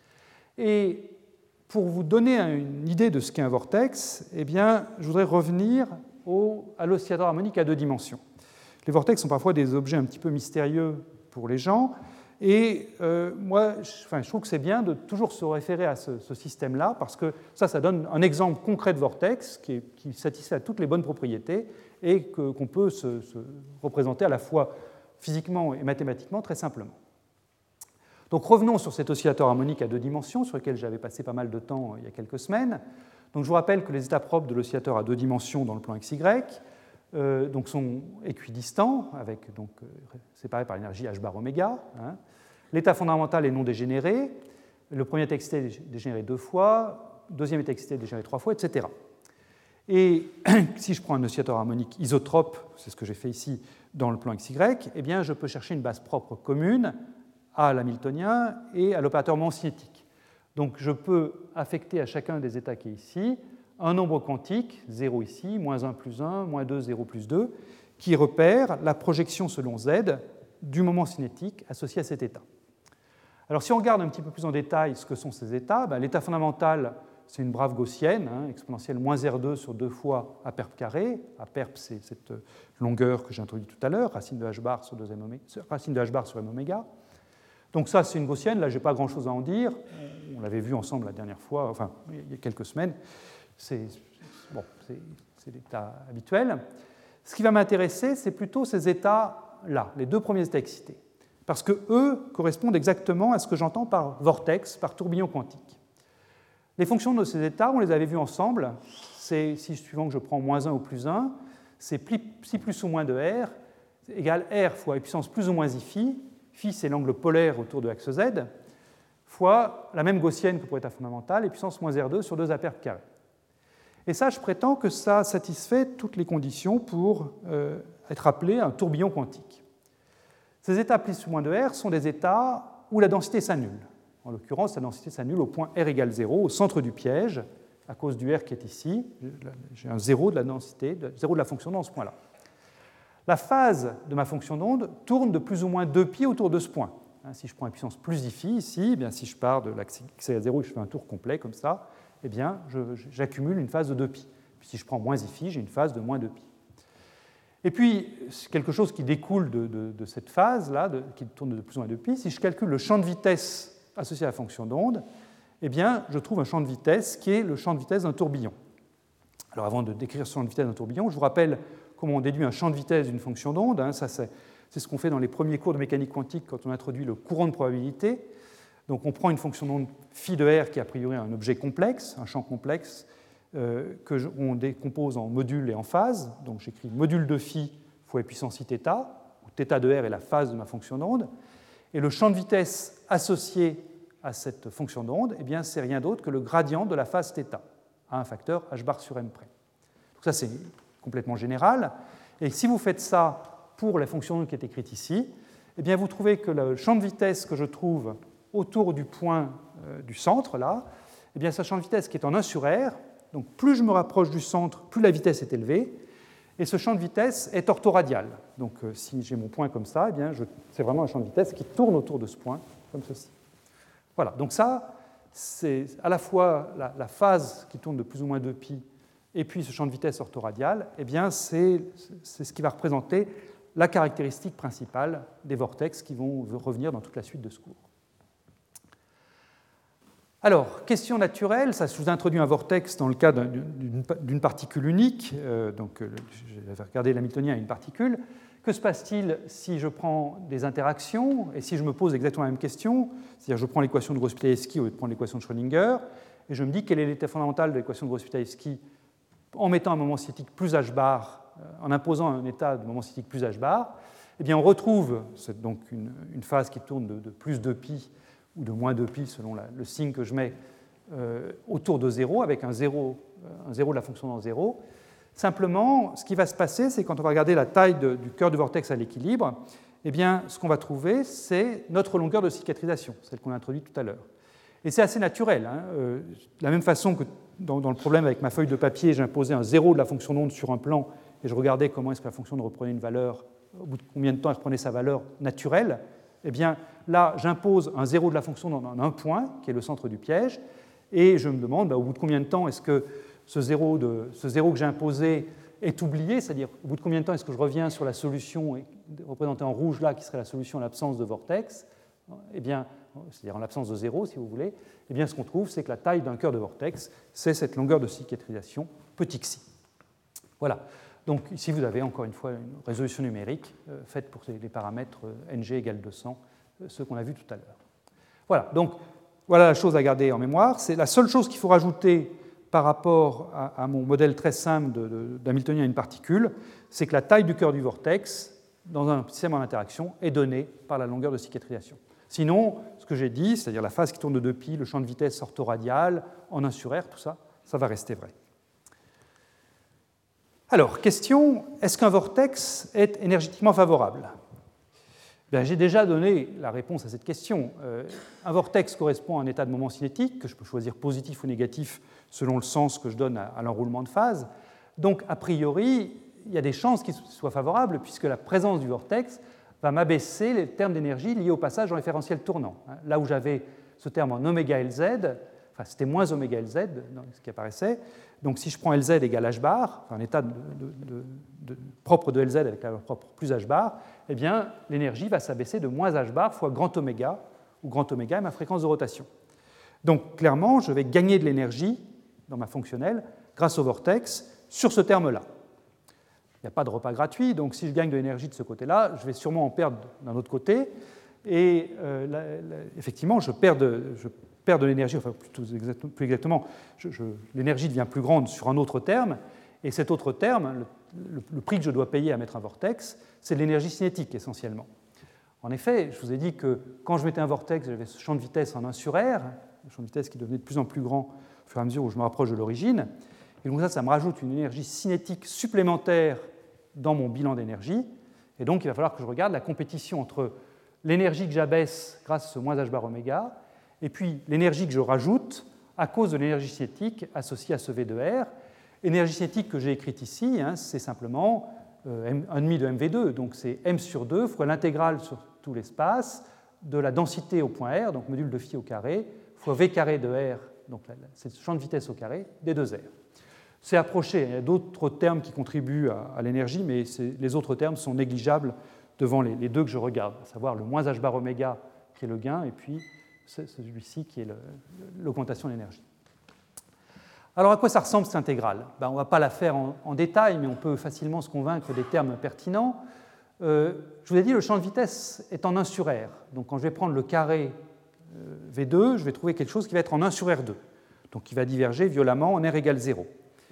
Et pour vous donner une idée de ce qu'est un vortex, eh bien, je voudrais revenir à l'oscillateur harmonique à 2 dimensions. Les vortex sont parfois des objets un petit peu mystérieux pour les gens, et moi, je trouve que c'est bien de toujours se référer à ce système-là, parce que ça donne un exemple concret de vortex qui satisfait à toutes les bonnes propriétés et qu'on peut se représenter à la fois physiquement et mathématiquement très simplement. Donc revenons sur cet oscillateur harmonique à 2 dimensions, sur lequel j'avais passé pas mal de temps il y a quelques semaines. Donc je vous rappelle que les états propres de l'oscillateur à 2 dimensions dans le plan XY donc sont équidistants, séparés par l'énergie h bar oméga. L'état fondamental est non dégénéré. Le premier état excité est dégénéré 2 fois, le deuxième état excité est dégénéré 3 fois, etc. Et si je prends un oscillateur harmonique isotrope, c'est ce que j'ai fait ici dans le plan XY, eh bien je peux chercher une base propre commune à l'hamiltonien et à l'opérateur moment cinétique. Donc je peux affecter à chacun des états qui est ici un nombre quantique, 0 ici, moins 1 plus 1, moins 2, 0 plus 2, qui repère la projection selon Z du moment cinétique associé à cet état. Alors si on regarde un petit peu plus en détail ce que sont ces états, l'état fondamental, c'est une brave gaussienne, exponentielle moins R2 sur 2 fois Aperp carré. Aperp, c'est cette longueur que j'ai introduite tout à l'heure, racine de h bar sur m oméga. Donc ça, c'est une gaussienne, là, je n'ai pas grand-chose à en dire. On l'avait vu ensemble la dernière fois, enfin, il y a quelques semaines. C'est l'état habituel. Ce qui va m'intéresser, c'est plutôt ces états-là, les 2 premiers états excités. Parce qu'eux correspondent exactement à ce que j'entends par vortex, par tourbillon quantique. Les fonctions de ces états, on les avait vues ensemble. C'est, si suivant que je prends moins 1 ou plus 1, c'est psi plus ou moins de R égale R fois e puissance plus ou moins I phi. Phi, c'est l'angle polaire autour de l'axe Z, fois la même gaussienne que pour l'état fondamental, et puissance moins R2 sur 2 Aperp carré. Et ça, je prétends que ça satisfait toutes les conditions pour être appelé un tourbillon quantique. Ces états plus ou moins de R sont des états où la densité s'annule. En l'occurrence, la densité s'annule au point R égale 0, au centre du piège, à cause du R qui est ici. J'ai un 0 de la densité, 0 de la fonction d'onde dans ce point-là. La phase de ma fonction d'onde tourne de plus ou moins 2 pi autour de ce point. Si je prends la puissance plus I phi ici, bien si je pars de l'axe x égale 0 et je fais un tour complet comme ça, eh bien, j'accumule une phase de 2π. Puis si je prends moins iφ, j'ai une phase de moins 2π. Et puis, quelque chose qui découle de cette phase-là, qui tourne de plus ou moins 2π, si je calcule le champ de vitesse associé à la fonction d'onde, eh bien, je trouve un champ de vitesse qui est le champ de vitesse d'un tourbillon. Alors, avant de décrire ce champ de vitesse d'un tourbillon, je vous rappelle comment on déduit un champ de vitesse d'une fonction d'onde. Ça, c'est ce qu'on fait dans les premiers cours de mécanique quantique quand on introduit le courant de probabilité. Donc, on prend une fonction d'onde phi de r qui est a priori un objet complexe, un champ complexe, qu'on décompose en modules et en phases. Donc, j'écris module de phi fois puissance i θ, où θ de r est la phase de ma fonction d'onde. Et le champ de vitesse associé à cette fonction d'onde, eh bien, c'est rien d'autre que le gradient de la phase θ, à un facteur h bar sur m près. Donc ça, c'est complètement général. Et si vous faites ça pour la fonction d'onde qui est écrite ici, eh bien, vous trouvez que le champ de vitesse que je trouve autour du point du centre, là, eh bien, c'est un champ de vitesse qui est en 1 sur r. Donc, plus je me rapproche du centre, plus la vitesse est élevée. Et ce champ de vitesse est orthoradial. Donc, si j'ai mon point comme ça, eh bien, c'est vraiment un champ de vitesse qui tourne autour de ce point, comme ceci. Voilà, donc ça, c'est à la fois la phase qui tourne de plus ou moins 2π et puis ce champ de vitesse orthoradial, eh bien, c'est ce qui va représenter la caractéristique principale des vortex qui vont revenir dans toute la suite de ce cours. Alors, question naturelle, ça, je vous introduis un vortex dans le cas d'une particule unique. Donc, j'avais regardé l'hamiltonien à une particule. Que se passe-t-il si je prends des interactions et si je me pose exactement la même question, c'est-à-dire je prends l'équation de Gross-Pitalevsky au lieu de prendre l'équation de Schrödinger, et je me dis quelle est l'état fondamental de l'équation de Gross-Pitalevsky en mettant un moment cinétique plus h bar, en imposant un état de moment cinétique plus h bar, eh bien on retrouve donc une phase qui tourne de plus 2π ou de moins 2π selon le signe que je mets autour de 0, avec un zéro de la fonction dans 0. Simplement, ce qui va se passer, c'est quand on va regarder la taille du cœur du vortex à l'équilibre, eh bien, ce qu'on va trouver, c'est notre longueur de cicatrisation, celle qu'on a introduite tout à l'heure. Et c'est assez naturel. De la même façon que dans le problème avec ma feuille de papier, j'imposais un zéro de la fonction d'onde sur un plan et je regardais comment est-ce que la fonction d'onde reprenait une valeur, au bout de combien de temps elle reprenait sa valeur naturelle. Eh bien, là, j'impose un zéro de la fonction d'onde en un point, qui est le centre du piège, et je me demande, au bout de combien de temps est-ce que ce zéro que j'ai imposé est oublié, c'est-à-dire au bout de combien de temps est-ce que je reviens sur la solution représentée en rouge là, qui serait la solution en l'absence de vortex, eh bien, c'est-à-dire en l'absence de zéro, si vous voulez, eh bien, ce qu'on trouve, c'est que la taille d'un cœur de vortex, c'est cette longueur de cicatrisation, petit xi. Voilà. Donc ici, vous avez encore une fois une résolution numérique faite pour les paramètres ng égale 200, ceux qu'on a vus tout à l'heure. Voilà. Donc, voilà la chose à garder en mémoire. C'est la seule chose qu'il faut rajouter par rapport à mon modèle très simple d'hamiltonien à une particule, c'est que la taille du cœur du vortex dans un système en interaction est donnée par la longueur de cicatrisation. Sinon, ce que j'ai dit, c'est-à-dire la phase qui tourne de 2π, le champ de vitesse orthoradial, en 1 sur r, tout ça, ça va rester vrai. Alors, question, est-ce qu'un vortex est énergétiquement favorable ? Bien, j'ai déjà donné la réponse à cette question. Un vortex correspond à un état de moment cinétique que je peux choisir positif ou négatif selon le sens que je donne à l'enroulement de phase. Donc, a priori, il y a des chances qu'il soit favorable puisque la présence du vortex va m'abaisser les termes d'énergie liés au passage en référentiel tournant. Là où j'avais ce terme en oméga Lz, enfin c'était moins oméga Lz, ce qui apparaissait. Donc si je prends Lz égale h bar, un état propre de Lz avec la valeur propre plus h bar, eh bien l'énergie va s'abaisser de moins h bar fois grand oméga, où grand oméga est ma fréquence de rotation. Donc clairement, je vais gagner de l'énergie dans ma fonctionnelle grâce au vortex sur ce terme-là. Il n'y a pas de repas gratuit, donc si je gagne de l'énergie de ce côté-là, je vais sûrement en perdre d'un autre côté. Et effectivement, je perds de l'énergie, enfin plus exactement, l'énergie devient plus grande sur un autre terme, et cet autre terme, le prix que je dois payer à mettre un vortex, c'est de l'énergie cinétique essentiellement. En effet, je vous ai dit que quand je mettais un vortex, j'avais ce champ de vitesse en 1 sur r, un champ de vitesse qui devenait de plus en plus grand au fur et à mesure où je me rapproche de l'origine, et donc ça me rajoute une énergie cinétique supplémentaire dans mon bilan d'énergie, et donc il va falloir que je regarde la compétition entre l'énergie que j'abaisse grâce à ce moins h bar oméga, et puis l'énergie que je rajoute à cause de l'énergie cinétique associée à ce V de R. L'énergie cinétique que j'ai écrite ici, c'est simplement 1,5 de mv2, donc c'est m sur 2 fois l'intégrale sur tout l'espace de la densité au point R, donc module de phi au carré, fois v carré de R Donc c'est le champ de vitesse au carré des deux R. C'est approché, il y a d'autres termes qui contribuent à l'énergie, mais les autres termes sont négligeables devant les deux que je regarde, à savoir le moins h bar oméga qui est le gain, et puis celui-ci qui est l'augmentation de l'énergie. Alors à quoi ça ressemble cette intégrale? On ne va pas la faire en détail, mais on peut facilement se convaincre des termes pertinents. Je vous ai dit, le champ de vitesse est en 1 sur R. Donc quand je vais prendre le carré V2, je vais trouver quelque chose qui va être en 1 sur R2, donc qui va diverger violemment en R égale 0.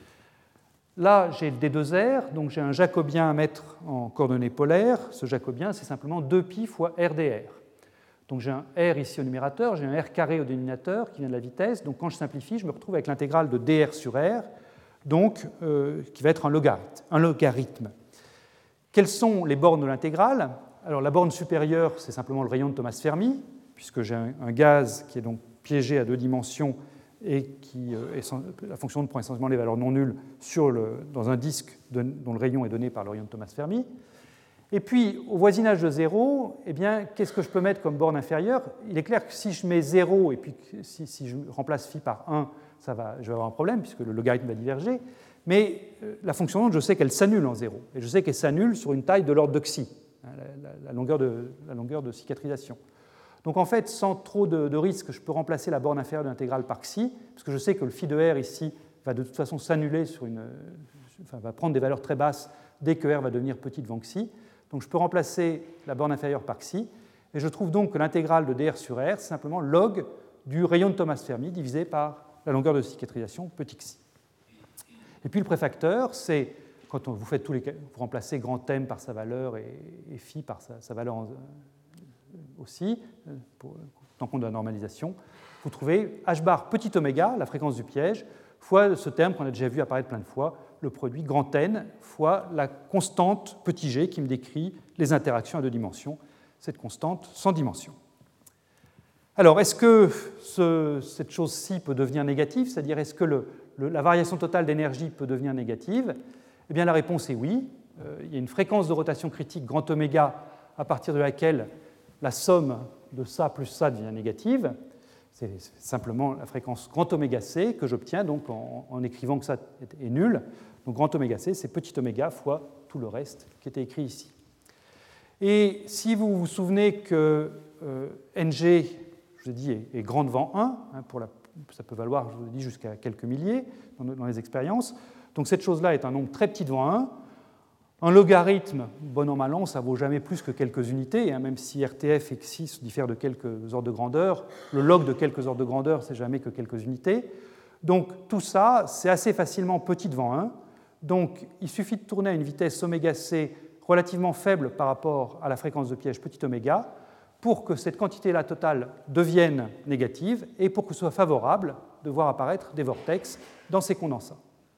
Là, j'ai le D2R, donc j'ai un jacobien à mettre en coordonnées polaires. Ce jacobien, c'est simplement 2π fois RdR. Donc j'ai un R ici au numérateur, j'ai un R carré au dénominateur qui vient de la vitesse. Donc quand je simplifie, je me retrouve avec l'intégrale de dr sur R, donc, qui va être un logarithme. Quelles sont les bornes de l'intégrale? Alors la borne supérieure, c'est simplement le rayon de Thomas Fermi, puisque j'ai un gaz qui est donc piégé à 2 dimensions et qui la fonction prend essentiellement les valeurs non nulles dans un disque dont le rayon est donné par le rayon de Thomas Fermi. Et puis, au voisinage de 0, eh bien, qu'est-ce que je peux mettre comme borne inférieure? Il est clair que si je mets 0 et puis si je remplace phi par 1, je vais avoir un problème puisque le logarithme va diverger. Mais la fonction d'onde, je sais qu'elle s'annule en 0. Et je sais qu'elle s'annule sur une taille de l'ordre de xi, la longueur de cicatrisation. Donc en fait, sans trop de risque, je peux remplacer la borne inférieure de l'intégrale par xi, parce que je sais que le phi de r ici va de toute façon s'annuler va prendre des valeurs très basses dès que r va devenir petit devant xi. Donc je peux remplacer la borne inférieure par xi, et je trouve donc que l'intégrale de dr sur r, c'est simplement log du rayon de Thomas Fermi divisé par la longueur de cicatrisation petit xi. Et puis le préfacteur, c'est quand vous remplacez grand M par sa valeur et phi par sa valeur aussi, pour tenir compte de la normalisation, vous trouvez h bar petit oméga, la fréquence du piège, fois ce terme qu'on a déjà vu apparaître plein de fois, le produit grand N fois la constante petit g qui me décrit les interactions à 2 dimensions, cette constante sans dimension. Alors, est-ce que cette chose-ci peut devenir négative, c'est-à-dire est-ce que la variation totale d'énergie peut devenir négative? Eh bien, la réponse est oui. Il y a une fréquence de rotation critique grand oméga à partir de laquelle la somme de ça plus ça devient négative. C'est simplement la fréquence grand oméga c que j'obtiens donc en écrivant que ça est nul. Donc grand oméga c, c'est petit oméga fois tout le reste qui était écrit ici. Et si vous vous souvenez que Ng, je vous ai dit, est grand devant 1, ça peut valoir, je vous l'ai dit, jusqu'à quelques milliers dans les expériences. Donc cette chose-là est un nombre très petit devant 1. Un logarithme, bon an, mal an, ça ne vaut jamais plus que quelques unités, même si RTF et xi diffèrent de quelques ordres de grandeur, le log de quelques ordres de grandeur, c'est jamais que quelques unités. Donc tout ça, c'est assez facilement petit devant 1. Donc il suffit de tourner à une vitesse oméga c relativement faible par rapport à la fréquence de piège petit oméga pour que cette quantité-là totale devienne négative et pour que ce soit favorable de voir apparaître des vortex dans ces condensats.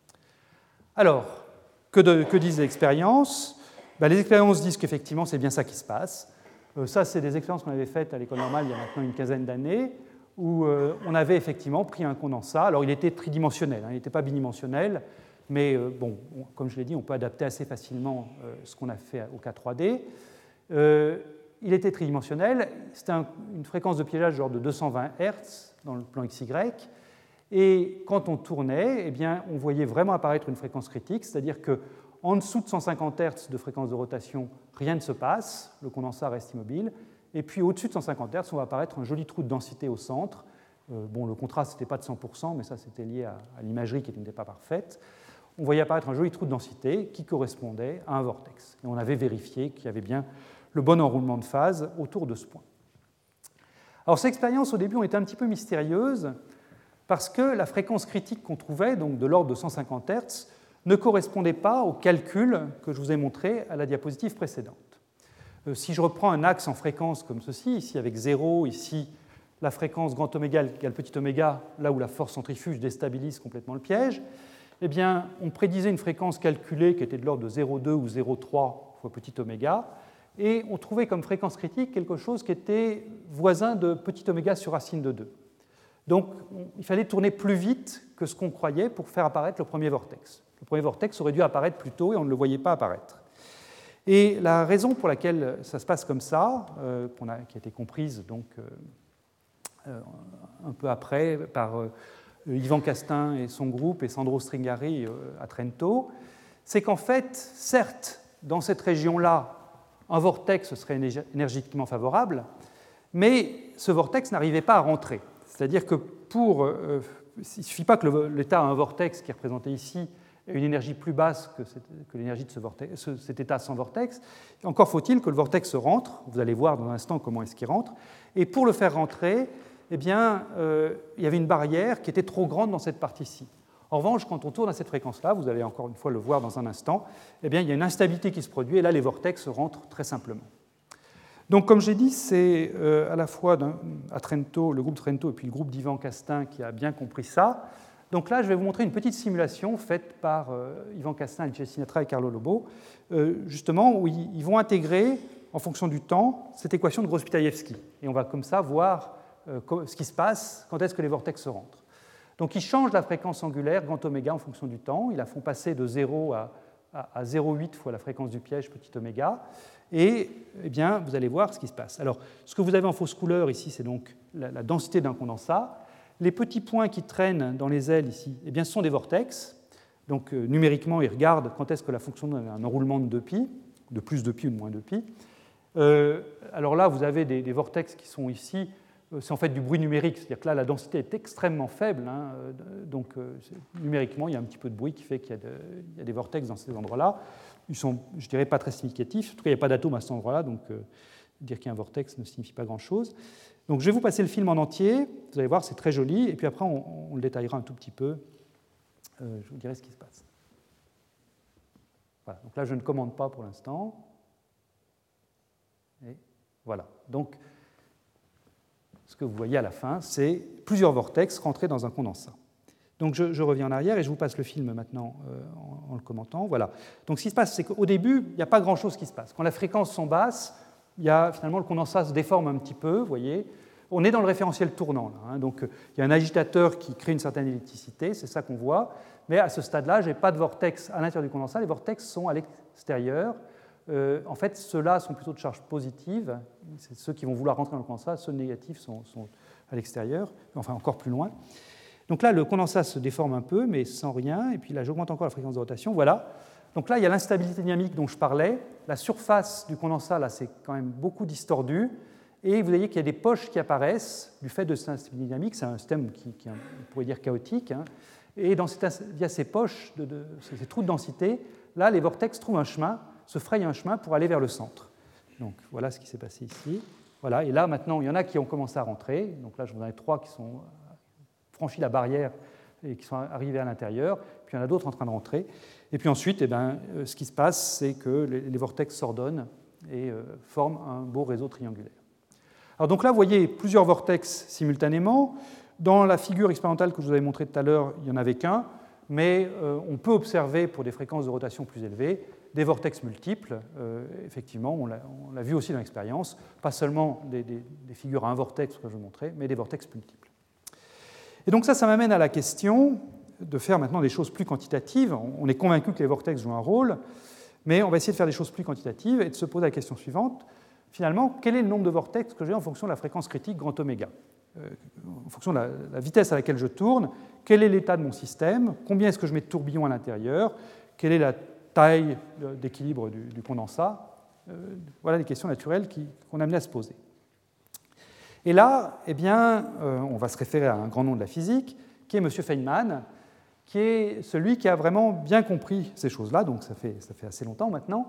Alors, que disent les expériences? Les expériences disent qu'effectivement, c'est bien ça qui se passe. Ça, c'est des expériences qu'on avait faites à l'école normale il y a maintenant une quinzaine d'années, où on avait effectivement pris un condensat. Alors, il était tridimensionnel, il n'était pas bidimensionnel, mais comme je l'ai dit, on peut adapter assez facilement ce qu'on a fait au cas 3D. Il était tridimensionnel, c'était une fréquence de piégeage genre de 220 Hz dans le plan XY, et quand on tournait, eh bien, on voyait vraiment apparaître une fréquence critique, c'est-à-dire qu'en dessous de 150 Hz de fréquence de rotation, rien ne se passe, le condensat reste immobile, et puis au-dessus de 150 Hz, on va apparaître un joli trou de densité au centre. Le contraste n'était pas de 100%, mais ça c'était lié à l'imagerie qui n'était pas parfaite. On voyait apparaître un joli trou de densité qui correspondait à un vortex. Et on avait vérifié qu'il y avait bien le bon enroulement de phase autour de ce point. Alors ces expériences au début ont été un petit peu mystérieuses, parce que la fréquence critique qu'on trouvait, donc de l'ordre de 150 Hz, ne correspondait pas au calcul que je vous ai montré à la diapositive précédente. Si je reprends un axe en fréquence comme ceci, ici avec 0, ici la fréquence grand oméga égale petit oméga, là où la force centrifuge déstabilise complètement le piège, eh bien, on prédisait une fréquence calculée qui était de l'ordre de 0,2 ou 0,3 fois petit oméga, et on trouvait comme fréquence critique quelque chose qui était voisin de petit oméga sur racine de 2. Donc, il fallait tourner plus vite que ce qu'on croyait pour faire apparaître le premier vortex. Le premier vortex aurait dû apparaître plus tôt et on ne le voyait pas apparaître. Et la raison pour laquelle ça se passe comme ça, qui a été comprise donc, un peu après par Yvan Castin et son groupe et Sandro Stringari à Trento, c'est qu'en fait, certes, dans cette région-là, un vortex serait énergétiquement favorable, mais ce vortex n'arrivait pas à rentrer. C'est-à-dire que il ne suffit pas que l'état a un vortex qui est représenté ici ait une énergie plus basse que l'énergie de cet état sans vortex. Encore faut-il que le vortex rentre. Vous allez voir dans un instant comment est-ce qu'il rentre. Et pour le faire rentrer, eh bien, il y avait une barrière qui était trop grande dans cette partie-ci. En revanche, quand on tourne à cette fréquence-là, vous allez encore une fois le voir dans un instant, eh bien, il y a une instabilité qui se produit et là, les vortex rentrent très simplement. Donc, comme j'ai dit, c'est à la fois à Trento, le groupe Trento et puis le groupe d'Yvan Castin qui a bien compris ça. Donc là, je vais vous montrer une petite simulation faite par Yvan Castin, Alice Sinatra et Carlo Lobo, justement où ils vont intégrer, en fonction du temps, cette équation de Gross-Pitayevsky. Et on va comme ça voir ce qui se passe, quand est-ce que les vortex rentrent. Donc ils changent la fréquence angulaire, grand oméga, en fonction du temps. Ils la font passer de 0 à 0,8 fois la fréquence du piège, petit oméga. Et eh bien, vous allez voir ce qui se passe. Alors, ce que vous avez en fausse couleur ici, c'est donc la densité d'un condensat. Les petits points qui traînent dans les ailes ici, eh bien, ce sont des vortex. Donc, numériquement, ils regardent quand est-ce que la fonction a un enroulement de 2π, de plus 2π ou de moins 2π. Alors là, vous avez des vortex qui sont ici. C'est en fait du bruit numérique, c'est-à-dire que là, la densité est extrêmement faible. Donc, numériquement, il y a un petit peu de bruit qui fait qu'il y a des vortex dans ces endroits-là. Ils sont, je dirais, pas très significatifs. En tout cas, il n'y a pas d'atome à cet endroit-là, donc dire qu'il y a un vortex ne signifie pas grand-chose. Donc, je vais vous passer le film en entier. Vous allez voir, c'est très joli. Et puis après, on le détaillera un tout petit peu. Je vous dirai ce qui se passe. Voilà. Donc là, je ne commande pas pour l'instant. Et voilà. Donc, ce que vous voyez à la fin, c'est plusieurs vortex rentrés dans un condensat. Donc je reviens en arrière et je vous passe le film maintenant en le commentant. Voilà. Donc ce qui se passe, c'est qu'au début, il n'y a pas grand-chose qui se passe. Quand la fréquence sont basses, finalement le condensat se déforme un petit peu, vous voyez. On est dans le référentiel tournant, là, donc il y a un agitateur qui crée une certaine électricité, c'est ça qu'on voit. Mais à ce stade-là, je n'ai pas de vortex à l'intérieur du condensat, les vortex sont à l'extérieur. En fait, ceux-là sont plutôt de charge positive, c'est ceux qui vont vouloir rentrer dans le condensat, ceux négatifs sont à l'extérieur, enfin encore plus loin. Donc là, le condensat se déforme un peu, mais sans rien, et puis là, j'augmente encore la fréquence de rotation, voilà. Donc là, il y a l'instabilité dynamique dont je parlais, la surface du condensat, là, c'est quand même beaucoup distordu, et vous voyez qu'il y a des poches qui apparaissent du fait de cette instabilité dynamique, c'est un système qui on pourrait dire chaotique, et via ces poches, ces trous de densité, là, les vortex trouvent un chemin, se frayent un chemin pour aller vers le centre. Donc voilà ce qui s'est passé ici. Voilà, et là maintenant, il y en a qui ont commencé à rentrer. Donc là, je vous en ai 3 qui sont franchi la barrière et qui sont arrivés à l'intérieur. Puis il y en a d'autres en train de rentrer. Et puis ensuite, ce qui se passe, c'est que les vortex s'ordonnent et forment un beau réseau triangulaire. Alors donc là, vous voyez plusieurs vortex simultanément. Dans la figure expérimentale que je vous avais montrée tout à l'heure, il n'y en avait qu'un, mais on peut observer pour des fréquences de rotation plus élevées des vortex multiples. Effectivement, on l'a vu aussi dans l'expérience, pas seulement des figures à un vortex que je vous montrais, mais des vortex multiples. Et donc ça m'amène à la question de faire maintenant des choses plus quantitatives. On est convaincu que les vortex jouent un rôle, mais on va essayer de faire des choses plus quantitatives et de se poser la question suivante. Finalement, quel est le nombre de vortex que j'ai en fonction de la fréquence critique grand oméga ? En fonction de la vitesse à laquelle je tourne, quel est l'état de mon système, combien est-ce que je mets de tourbillons à l'intérieur, quelle est la taille d'équilibre du condensat. Voilà les questions naturelles qu'on est amené à se poser. Et là, on va se référer à un grand nom de la physique, qui est M. Feynman, qui est celui qui a vraiment bien compris ces choses-là, donc ça fait assez longtemps maintenant.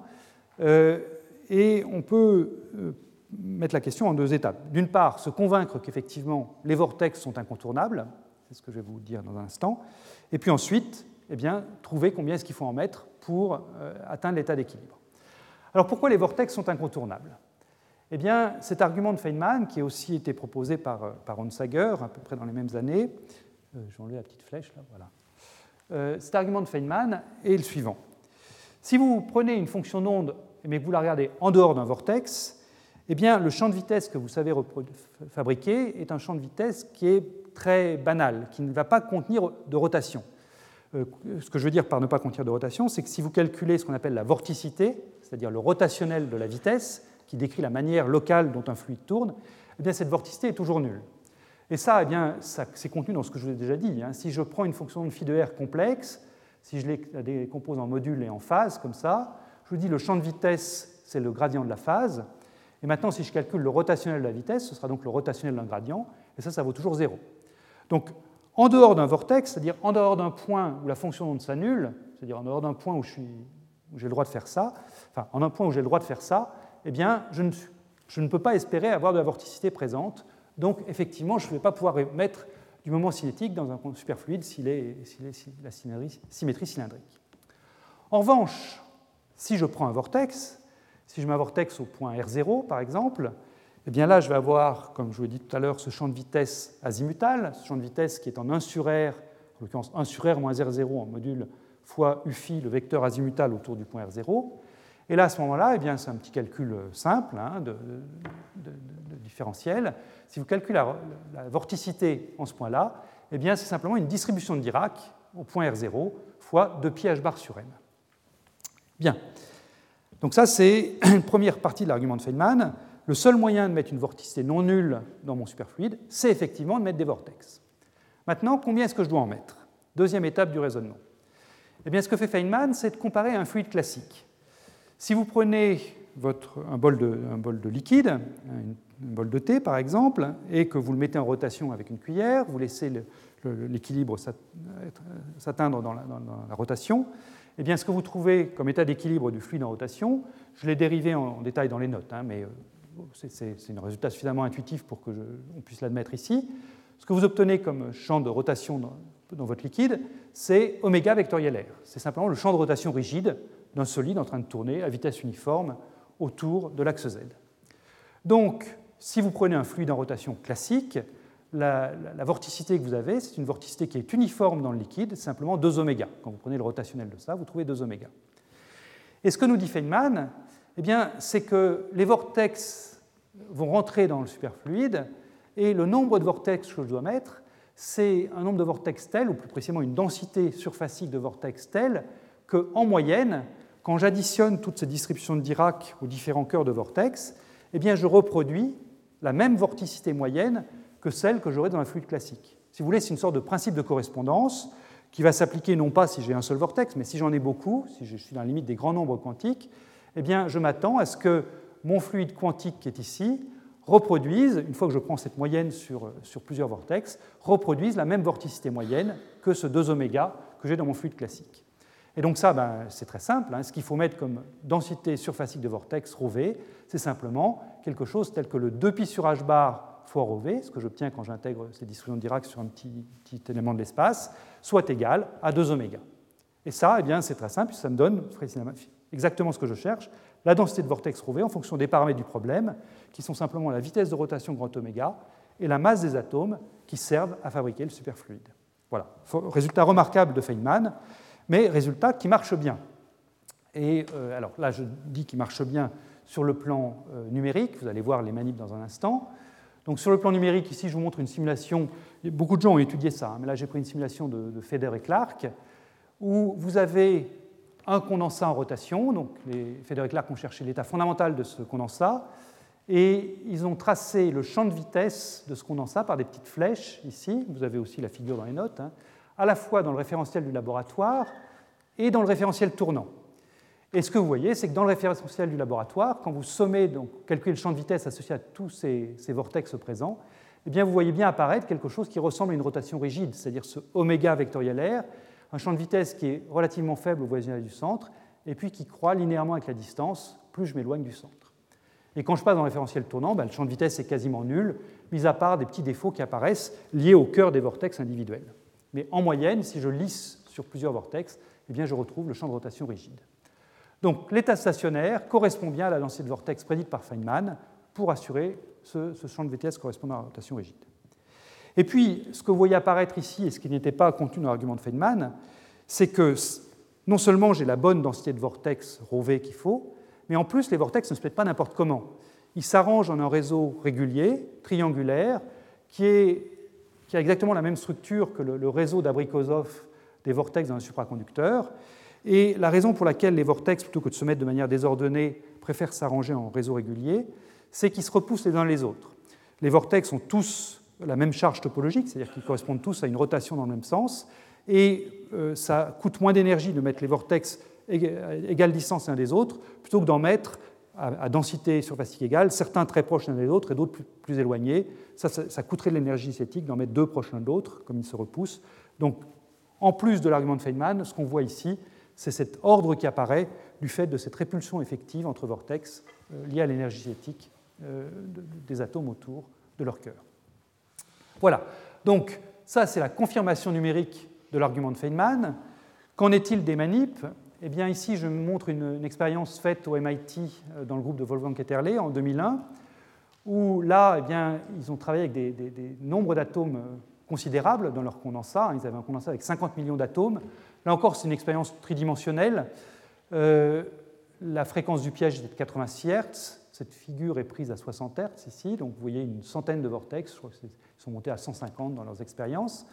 Et on peut mettre la question en 2 étapes. D'une part, se convaincre qu'effectivement les vortex sont incontournables, c'est ce que je vais vous dire dans un instant, et puis ensuite, trouver combien est-ce qu'il faut en mettre pour atteindre l'état d'équilibre. Alors pourquoi les vortex sont incontournables ? Cet argument de Feynman, qui a aussi été proposé par Onsager, à peu près dans les mêmes années, j'ai enlevé la petite flèche là, voilà. Cet argument de Feynman est le suivant. Si vous prenez une fonction d'onde, mais que vous la regardez en dehors d'un vortex, le champ de vitesse que vous savez fabriquer est un champ de vitesse qui est très banal, qui ne va pas contenir de rotation. Ce que je veux dire par ne pas contenir de rotation, c'est que si vous calculez ce qu'on appelle la vorticité, c'est-à-dire le rotationnel de la vitesse, qui décrit la manière locale dont un fluide tourne, cette vorticité est toujours nulle. Et ça, eh bien, c'est contenu dans ce que je vous ai déjà dit. Si je prends une fonction de phi de R complexe, si je la décompose en modules et en phases, comme ça, je vous dis le champ de vitesse, c'est le gradient de la phase. Et maintenant, si je calcule le rotationnel de la vitesse, ce sera donc le rotationnel d'un gradient, et ça vaut toujours 0. Donc, en dehors d'un vortex, c'est-à-dire en dehors d'un point où la fonction d'onde s'annule, c'est-à-dire en dehors d'un point où j'ai le droit de faire ça, enfin, en un point où j'ai le droit de faire ça, eh bien, je ne peux pas espérer avoir de la vorticité présente. Donc, effectivement, je ne vais pas pouvoir mettre du moment cinétique dans un superfluide s'il est la symétrie cylindrique. En revanche, si je prends un vortex, si je mets un vortex au point R0, par exemple, eh bien là, je vais avoir, comme je vous l'ai dit tout à l'heure, ce champ de vitesse azimutal, ce champ de vitesse qui est en 1 sur R, en l'occurrence 1 sur R moins R0 en module fois UφI, le vecteur azimutal autour du point R0. Et là, à ce moment-là, eh bien, c'est un petit calcul simple de différentiel. Si vous calculez la vorticité en ce point-là, eh bien, c'est simplement une distribution de Dirac au point R0 fois 2πh bar sur m. Bien. Donc ça, c'est une première partie de l'argument de Feynman. Le seul moyen de mettre une vorticité non nulle dans mon superfluide, c'est effectivement de mettre des vortex. Maintenant, combien est-ce que je dois en mettre? Deuxième étape du raisonnement. Eh bien, ce que fait Feynman, c'est de comparer à un fluide classique. Si vous prenez un bol de liquide, un bol de thé par exemple, et que vous le mettez en rotation avec une cuillère, vous laissez l'équilibre s'atteindre dans la rotation, eh bien, ce que vous trouvez comme état d'équilibre du fluide en rotation, je l'ai dérivé en détail dans les notes, mais c'est un résultat suffisamment intuitif pour qu'on puisse l'admettre ici. Ce que vous obtenez comme champ de rotation dans votre liquide, c'est oméga vectoriel R. C'est simplement le champ de rotation rigide d'un solide en train de tourner à vitesse uniforme autour de l'axe Z. Donc, si vous prenez un fluide en rotation classique, la vorticité que vous avez, c'est une vorticité qui est uniforme dans le liquide, c'est simplement 2 oméga. Quand vous prenez le rotationnel de ça, vous trouvez 2 oméga. Et ce que nous dit Feynman, eh bien, c'est que les vortex vont rentrer dans le superfluide, et le nombre de vortex que je dois mettre, c'est un nombre de vortex tel, ou plus précisément une densité surfacique de vortex telle, qu'en moyenne, quand j'additionne toutes ces distributions de Dirac aux différents cœurs de vortex, eh bien, je reproduis la même vorticité moyenne que celle que j'aurais dans un fluide classique. Si vous voulez, c'est une sorte de principe de correspondance qui va s'appliquer non pas si j'ai un seul vortex, mais si j'en ai beaucoup, si je suis dans la limite des grands nombres quantiques, eh bien, je m'attends à ce que mon fluide quantique qui est ici reproduise, une fois que je prends cette moyenne sur plusieurs vortex, reproduise la même vorticité moyenne que ce 2 oméga que j'ai dans mon fluide classique. Et donc ça, c'est très simple. Ce qu'il faut mettre comme densité surfacique de vortex, ρV, c'est simplement quelque chose tel que le 2π sur h bar fois ρV, ce que j'obtiens quand j'intègre ces distributions de Dirac sur un petit élément de l'espace, soit égal à 2 oméga. Et ça, eh bien, c'est très simple, ça me donne exactement ce que je cherche, la densité de vortex ρV en fonction des paramètres du problème, qui sont simplement la vitesse de rotation grand oméga et la masse des atomes qui servent à fabriquer le superfluide. Voilà, résultat remarquable de Feynman, mais résultat qui marche bien. Et alors là, je dis qu'il marche bien sur le plan numérique, vous allez voir les manips dans un instant. Donc sur le plan numérique, ici, je vous montre une simulation, beaucoup de gens ont étudié ça, mais là, j'ai pris une simulation de Feder et Clark, où vous avez un condensat en rotation, donc les Feder et Clark ont cherché l'état fondamental de ce condensat, et ils ont tracé le champ de vitesse de ce condensat par des petites flèches, ici, vous avez aussi la figure dans les notes, à la fois dans le référentiel du laboratoire et dans le référentiel tournant. Et ce que vous voyez, c'est que dans le référentiel du laboratoire, quand vous sommez, donc calculez le champ de vitesse associé à tous ces vortex présents, eh bien, vous voyez bien apparaître quelque chose qui ressemble à une rotation rigide, c'est-à-dire ce oméga vectoriel R, un champ de vitesse qui est relativement faible au voisinage du centre, et puis qui croît linéairement avec la distance, plus je m'éloigne du centre. Et quand je passe dans le référentiel tournant, le champ de vitesse est quasiment nul, mis à part des petits défauts qui apparaissent liés au cœur des vortex individuels. Mais en moyenne, si je lisse sur plusieurs vortex, eh bien, je retrouve le champ de rotation rigide. Donc l'état stationnaire correspond bien à la densité de vortex prédite par Feynman pour assurer ce champ de vitesse correspondant à la rotation rigide. Et puis, ce que vous voyez apparaître ici, et ce qui n'était pas contenu dans l'argument de Feynman, c'est que non seulement j'ai la bonne densité de vortex ρV qu'il faut, mais en plus, les vortex ne se mettent pas n'importe comment. Ils s'arrangent en un réseau régulier, triangulaire, qui a exactement la même structure que le réseau d'Abrikosov des vortex dans un supraconducteur. Et la raison pour laquelle les vortex, plutôt que de se mettre de manière désordonnée, préfèrent s'arranger en réseau régulier, c'est qu'ils se repoussent les uns les autres. Les vortex ont tous la même charge topologique, c'est-à-dire qu'ils correspondent tous à une rotation dans le même sens, et ça coûte moins d'énergie de mettre les vortex à égale distance l'un des autres, plutôt que d'en mettre à densité surfacique égale, certains très proches l'un des autres et d'autres plus éloignés. Ça coûterait de l'énergie cinétique d'en mettre deux proches l'un de l'autre, comme ils se repoussent. Donc, en plus de l'argument de Feynman, ce qu'on voit ici, c'est cet ordre qui apparaît du fait de cette répulsion effective entre vortex liée à l'énergie cinétique des atomes autour de leur cœur. Voilà. Donc, ça, c'est la confirmation numérique de l'argument de Feynman. Qu'en est-il des manips ? Eh bien, ici, je montre une expérience faite au MIT dans le groupe de Wolfgang Ketterle en 2001, où là, eh bien, ils ont travaillé avec des nombres d'atomes considérables dans leur condensat. Ils avaient un condensat avec 50 millions d'atomes. Là encore, c'est une expérience tridimensionnelle. La fréquence du piège était de 86 Hz. Cette figure est prise à 60 Hz ici. Donc, vous voyez une centaine de vortex. Je crois qu'ils sont montés à 150 dans leurs expériences.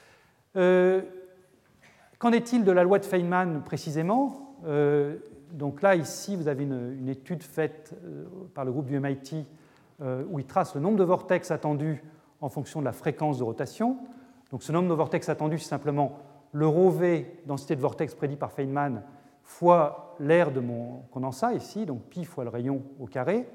Qu'en est-il de la loi de Feynman précisément ? Donc là, ici, vous avez une étude faite par le groupe du MIT où il trace le nombre de vortex attendus en fonction de la fréquence de rotation. Donc ce nombre de vortex attendus, c'est simplement le ρV, densité de vortex prédit par Feynman, fois l'aire de mon condensat, ici, donc pi fois le rayon au carré.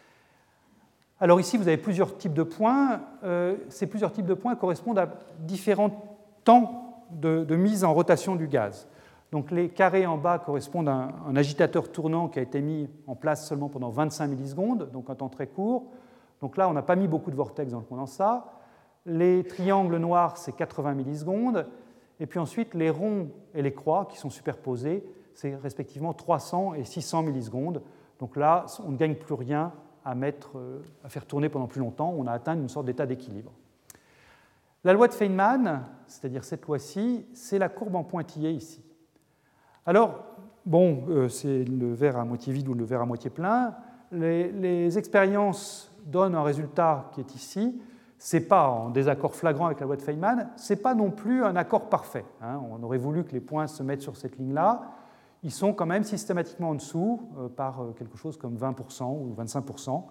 Alors ici, vous avez plusieurs types de points. Ces plusieurs types de points correspondent à différents temps de mise en rotation du gaz. Donc les carrés en bas correspondent à un agitateur tournant qui a été mis en place seulement pendant 25 millisecondes, donc un temps très court. Donc là, on n'a pas mis beaucoup de vortex dans le condensat. Les triangles noirs, c'est 80 millisecondes. Et puis ensuite, les ronds et les croix qui sont superposés, c'est respectivement 300 et 600 millisecondes. Donc là, on ne gagne plus rien à faire tourner pendant plus longtemps. On a atteint une sorte d'état d'équilibre. La loi de Feynman, c'est-à-dire cette loi-ci, c'est la courbe en pointillé ici. Alors, bon, c'est le verre à moitié vide ou le verre à moitié plein. Les expériences donnent un résultat qui est ici. Ce n'est pas en désaccord flagrant avec la loi de Feynman, ce n'est pas non plus un accord parfait. On aurait voulu que les points se mettent sur cette ligne-là. Ils sont quand même systématiquement en dessous par quelque chose comme 20% ou 25%.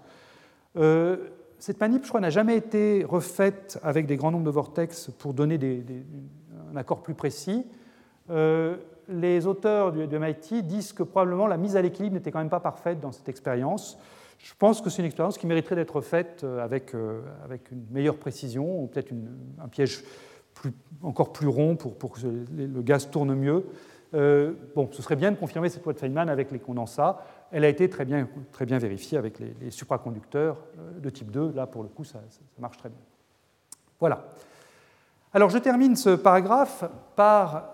Cette manip, je crois, n'a jamais été refaite avec des grands nombres de vortex pour donner un accord plus précis. Les auteurs du MIT disent que probablement la mise à l'équilibre n'était quand même pas parfaite dans cette expérience. Je pense que c'est une expérience qui mériterait d'être faite avec une meilleure précision, ou peut-être un piège encore plus rond pour que le gaz tourne mieux. Bon, ce serait bien de confirmer cette loi de Feynman avec les condensats. Elle a été très bien vérifiée avec les supraconducteurs de type 2. Là, pour le coup, ça marche très bien. Voilà. Alors, je termine ce paragraphe par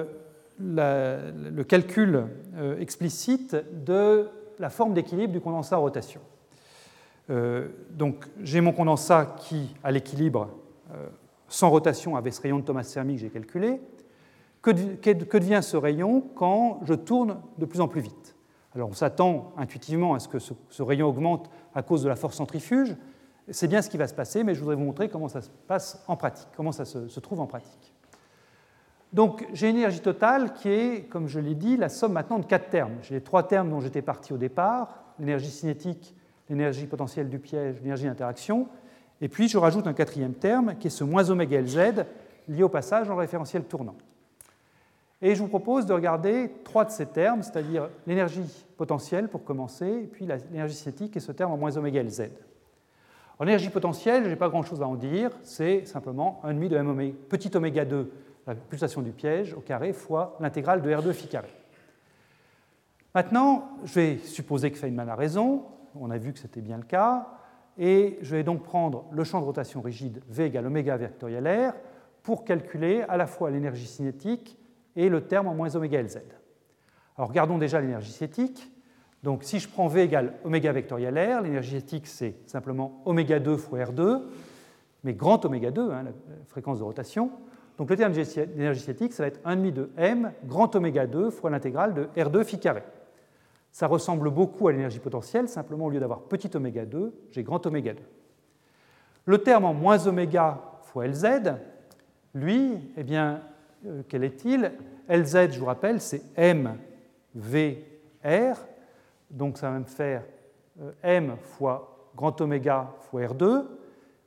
le calcul explicite de la forme d'équilibre du condensat à rotation. Donc, j'ai mon condensat qui, à l'équilibre, sans rotation, avait ce rayon de Thomas-Fermi que j'ai calculé. Que devient ce rayon quand je tourne de plus en plus vite ? Alors, on s'attend intuitivement à ce que ce rayon augmente à cause de la force centrifuge. C'est bien ce qui va se passer, mais je voudrais vous montrer comment ça se passe en pratique, comment ça se trouve en pratique. Donc, j'ai une énergie totale qui est, comme je l'ai dit, la somme maintenant de 4 termes. J'ai les 3 termes dont j'étais parti au départ, l'énergie cinétique, l'énergie potentielle du piège, l'énergie d'interaction, et puis je rajoute un 4e terme qui est ce moins oméga Lz lié au passage en référentiel tournant. Et je vous propose de regarder 3 de ces termes, c'est-à-dire l'énergie potentielle pour commencer, et puis l'énergie cinétique et ce terme en moins oméga Lz. En énergie potentielle, je n'ai pas grand-chose à en dire, c'est simplement 1,5 de m petit oméga 2, la pulsation du piège au carré, fois l'intégrale de R2 phi carré. Maintenant, je vais supposer que Feynman a raison, on a vu que c'était bien le cas, et je vais donc prendre le champ de rotation rigide V égale oméga vectoriel R pour calculer à la fois l'énergie cinétique et le terme en moins oméga Lz. Alors regardons déjà l'énergie cinétique. Donc si je prends V égale oméga vectoriel R, l'énergie cinétique c'est simplement oméga 2 fois R2, mais grand oméga 2, la fréquence de rotation. Donc le terme d'énergie cinétique, ça va être 1,5 de m grand oméga 2 fois l'intégrale de R2 phi carré. Ça ressemble beaucoup à l'énergie potentielle, simplement au lieu d'avoir petit oméga 2, j'ai grand oméga 2. Le terme en moins oméga fois Lz, lui, eh bien, quel est-il ? Lz, je vous rappelle, c'est m v r, donc ça va me faire m fois grand oméga fois R2.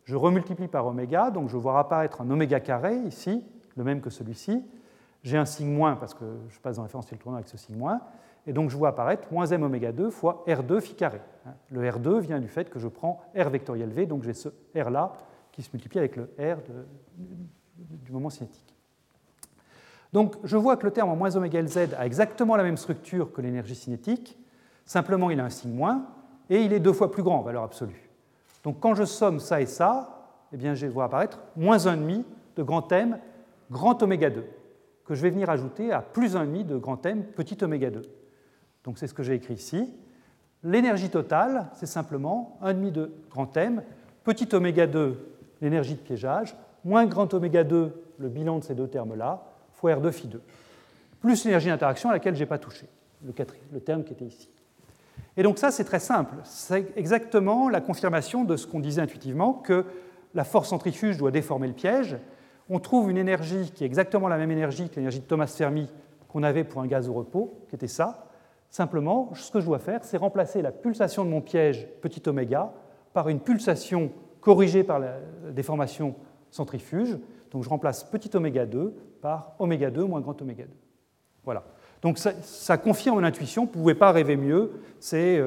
je remultiplie par oméga, donc je vois apparaître un oméga carré ici, le même que celui-ci. J'ai un signe moins parce que je passe dans le référentiel tournant avec ce signe moins, et donc je vois apparaître moins m oméga 2 fois R2 phi carré. Le R2 vient du fait que je prends R vectoriel V, donc j'ai ce R-là qui se multiplie avec le R du moment cinétique. Donc je vois que le terme en moins oméga Lz a exactement la même structure que l'énergie cinétique, simplement il a un signe moins, et il est 2 fois plus grand en valeur absolue. Donc quand je somme ça et ça, eh bien, je vois apparaître moins 1,5 de grand M grand oméga 2, que je vais venir ajouter à plus 1,5 de grand M petit oméga 2. Donc c'est ce que j'ai écrit ici. L'énergie totale, c'est simplement 1,5 de grand M, petit oméga 2, l'énergie de piégeage, moins grand oméga 2, le bilan de ces deux termes-là, fois R2 phi 2, plus l'énergie d'interaction à laquelle je n'ai pas touché, le terme qui était ici. Et donc ça, c'est très simple. C'est exactement la confirmation de ce qu'on disait intuitivement, que la force centrifuge doit déformer le piège. On trouve une énergie qui est exactement la même énergie que l'énergie de Thomas Fermi qu'on avait pour un gaz au repos, qui était ça. Simplement, ce que je dois faire, c'est remplacer la pulsation de mon piège, petit oméga, par une pulsation corrigée par la déformation centrifuge. Donc je remplace petit oméga 2 par oméga 2 moins grand oméga 2. Voilà. Donc ça confirme mon intuition, vous ne pouvez pas rêver mieux, c'est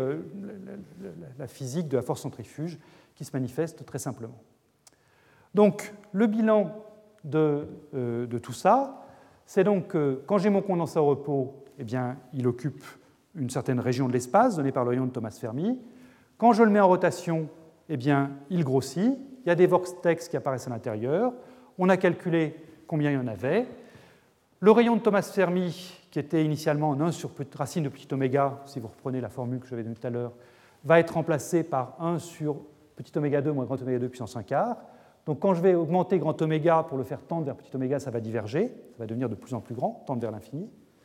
la physique de la force centrifuge qui se manifeste très simplement. Donc le bilan de tout ça, c'est donc que quand j'ai mon condensat au repos, eh bien, il occupe une certaine région de l'espace donnée par le rayon de Thomas Fermi. Quand je le mets en rotation, eh bien, il grossit, il y a des vortex qui apparaissent à l'intérieur, on a calculé combien il y en avait. Le rayon de Thomas Fermi, qui était initialement en 1 sur racine de petit oméga, si vous reprenez la formule que j'avais donnée tout à l'heure, va être remplacé par 1 sur petit oméga 2 moins grand oméga 2 puissance 1 quart. Donc quand je vais augmenter grand oméga pour le faire tendre vers petit oméga, ça va diverger, ça va devenir de plus en plus grand, tendre vers l'infini.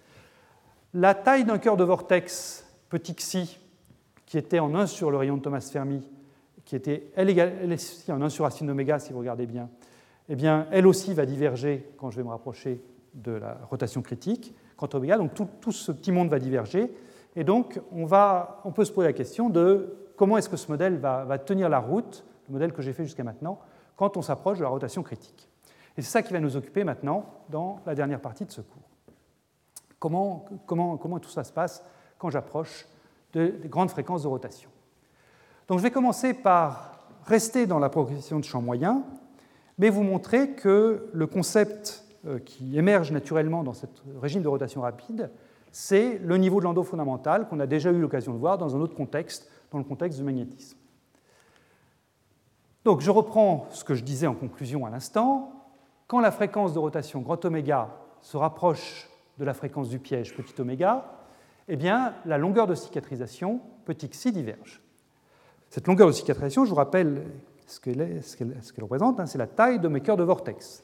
La taille d'un cœur de vortex, petit xi, qui était en 1 sur le rayon de Thomas Fermi, qui était elle aussi en 1 sur racine d'oméga, si vous regardez bien, eh bien, elle aussi va diverger quand je vais me rapprocher de la rotation critique, quant à oméga, donc tout ce petit monde va diverger, et donc on peut se poser la question de comment est-ce que ce modèle va tenir la route, le modèle que j'ai fait jusqu'à maintenant, quand on s'approche de la rotation critique. Et c'est ça qui va nous occuper maintenant dans la dernière partie de ce cours. Comment tout ça se passe quand j'approche des grandes fréquences de rotation. Donc je vais commencer par rester dans la progression de champ moyen, mais vous montrer que le concept qui émerge naturellement dans ce régime de rotation rapide, c'est le niveau de Landau fondamental qu'on a déjà eu l'occasion de voir dans un autre contexte, dans le contexte du magnétisme. Donc je reprends ce que je disais en conclusion à l'instant. Quand la fréquence de rotation grand oméga se rapproche de la fréquence du piège petit oméga, eh bien, la longueur de cicatrisation petit xi diverge. Cette longueur de cicatrisation, je vous rappelle ce qu'elle représente, c'est la taille de mes cœurs de vortex.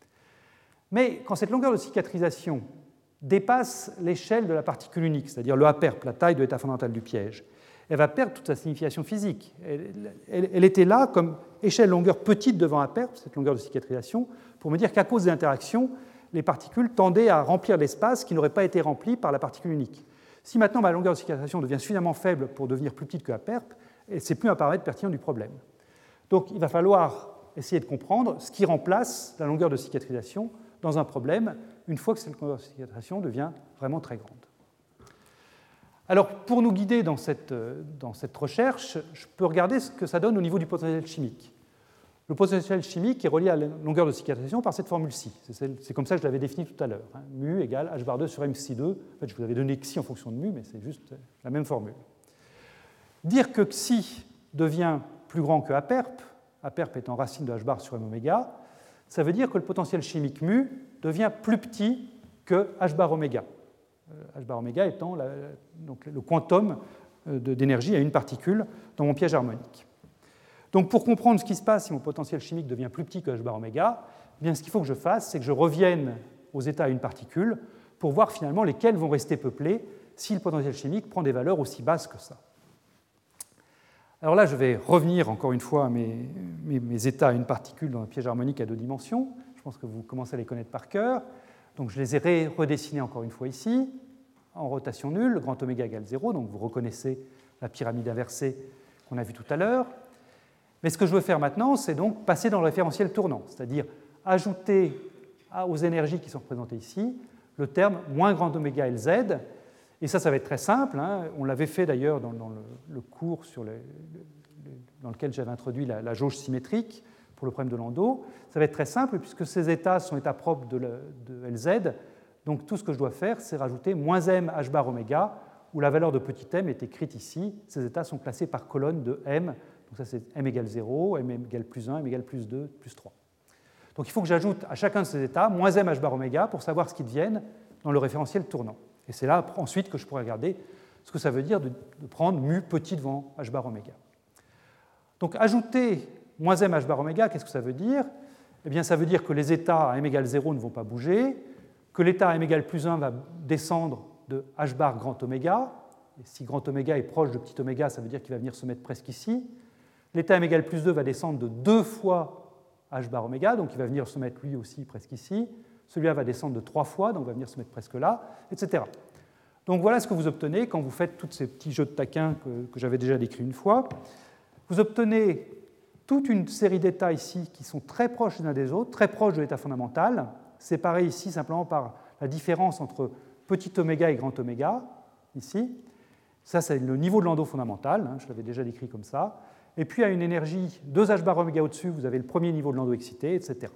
Mais quand cette longueur de cicatrisation dépasse l'échelle de la particule unique, c'est-à-dire le aperp, la taille de l'état fondamental du piège, elle va perdre toute sa signification physique. Elle était là comme échelle longueur petite devant aperp, cette longueur de cicatrisation, pour me dire qu'à cause des interactions, les particules tendaient à remplir l'espace qui n'aurait pas été rempli par la particule unique. Si maintenant ma longueur de cicatrisation devient suffisamment faible pour devenir plus petite que aperp, ce n'est plus un paramètre pertinent du problème. Donc il va falloir essayer de comprendre ce qui remplace la longueur de cicatrisation dans un problème une fois que cette longueur de cicatrisation devient vraiment très grande. Alors pour nous guider dans cette recherche, je peux regarder ce que ça donne au niveau du potentiel chimique. Le potentiel chimique est relié à la longueur de cicatrisation par cette formule-ci. C'est comme ça que je l'avais défini tout à l'heure. Mu égale h bar 2 sur m xi 2. En fait, je vous avais donné xi en fonction de mu, mais c'est juste la même formule. Dire que xi devient plus grand que aperp étant racine de h bar sur m oméga, ça veut dire que le potentiel chimique mu devient plus petit que h bar oméga. H bar oméga étant donc le quantum d'énergie à une particule dans mon piège harmonique. Donc pour comprendre ce qui se passe si mon potentiel chimique devient plus petit que h bar oméga, eh bien, ce qu'il faut que je fasse, c'est que je revienne aux états à une particule pour voir finalement lesquels vont rester peuplés si le potentiel chimique prend des valeurs aussi basses que ça. Alors là, je vais revenir encore une fois à mes états à une particule dans un piège harmonique à 2 dimensions. Je pense que vous commencez à les connaître par cœur. Donc je les ai redessinés encore une fois ici, en rotation nulle, le grand oméga égale 0, donc vous reconnaissez la pyramide inversée qu'on a vue tout à l'heure. Mais ce que je veux faire maintenant, c'est donc passer dans le référentiel tournant, c'est-à-dire ajouter aux énergies qui sont représentées ici le terme moins grand oméga Lz. Et ça va être très simple. Hein. On l'avait fait d'ailleurs dans le cours dans lequel j'avais introduit la jauge symétrique pour le problème de Landau. Ça va être très simple puisque ces états sont états propres de Lz. Donc tout ce que je dois faire, c'est rajouter moins m h bar oméga, où la valeur de petit m est écrite ici. Ces états sont classés par colonne de m. Donc ça, c'est m égale 0, m égale plus 1, m égale plus 2, plus 3. Donc il faut que j'ajoute à chacun de ces états moins m h bar oméga pour savoir ce qu'ils deviennent dans le référentiel tournant. Et c'est là ensuite que je pourrais regarder ce que ça veut dire de prendre mu petit devant h bar oméga. Donc ajouter moins m h bar oméga, qu'est-ce que ça veut dire? Eh bien, ça veut dire que les états à m égale 0 ne vont pas bouger, que l'état à m égale plus 1 va descendre de h bar grand oméga. Et si grand oméga est proche de petit oméga, ça veut dire qu'il va venir se mettre presque ici. L'état m égale plus 2 va descendre de 2 fois h bar oméga, donc il va venir se mettre lui aussi presque ici. Celui-là va descendre de 3 fois, donc il va venir se mettre presque là, etc. Donc voilà ce que vous obtenez quand vous faites tous ces petits jeux de taquin que j'avais déjà décrits une fois. Vous obtenez toute une série d'états ici qui sont très proches les uns des autres, très proches de l'état fondamental, séparés ici simplement par la différence entre petit oméga et grand oméga, ici. Ça, c'est le niveau de Landau fondamental, hein, je l'avais déjà décrit comme ça. Et puis à une énergie 2h bar oméga au-dessus, vous avez le premier niveau de Landau excité, etc.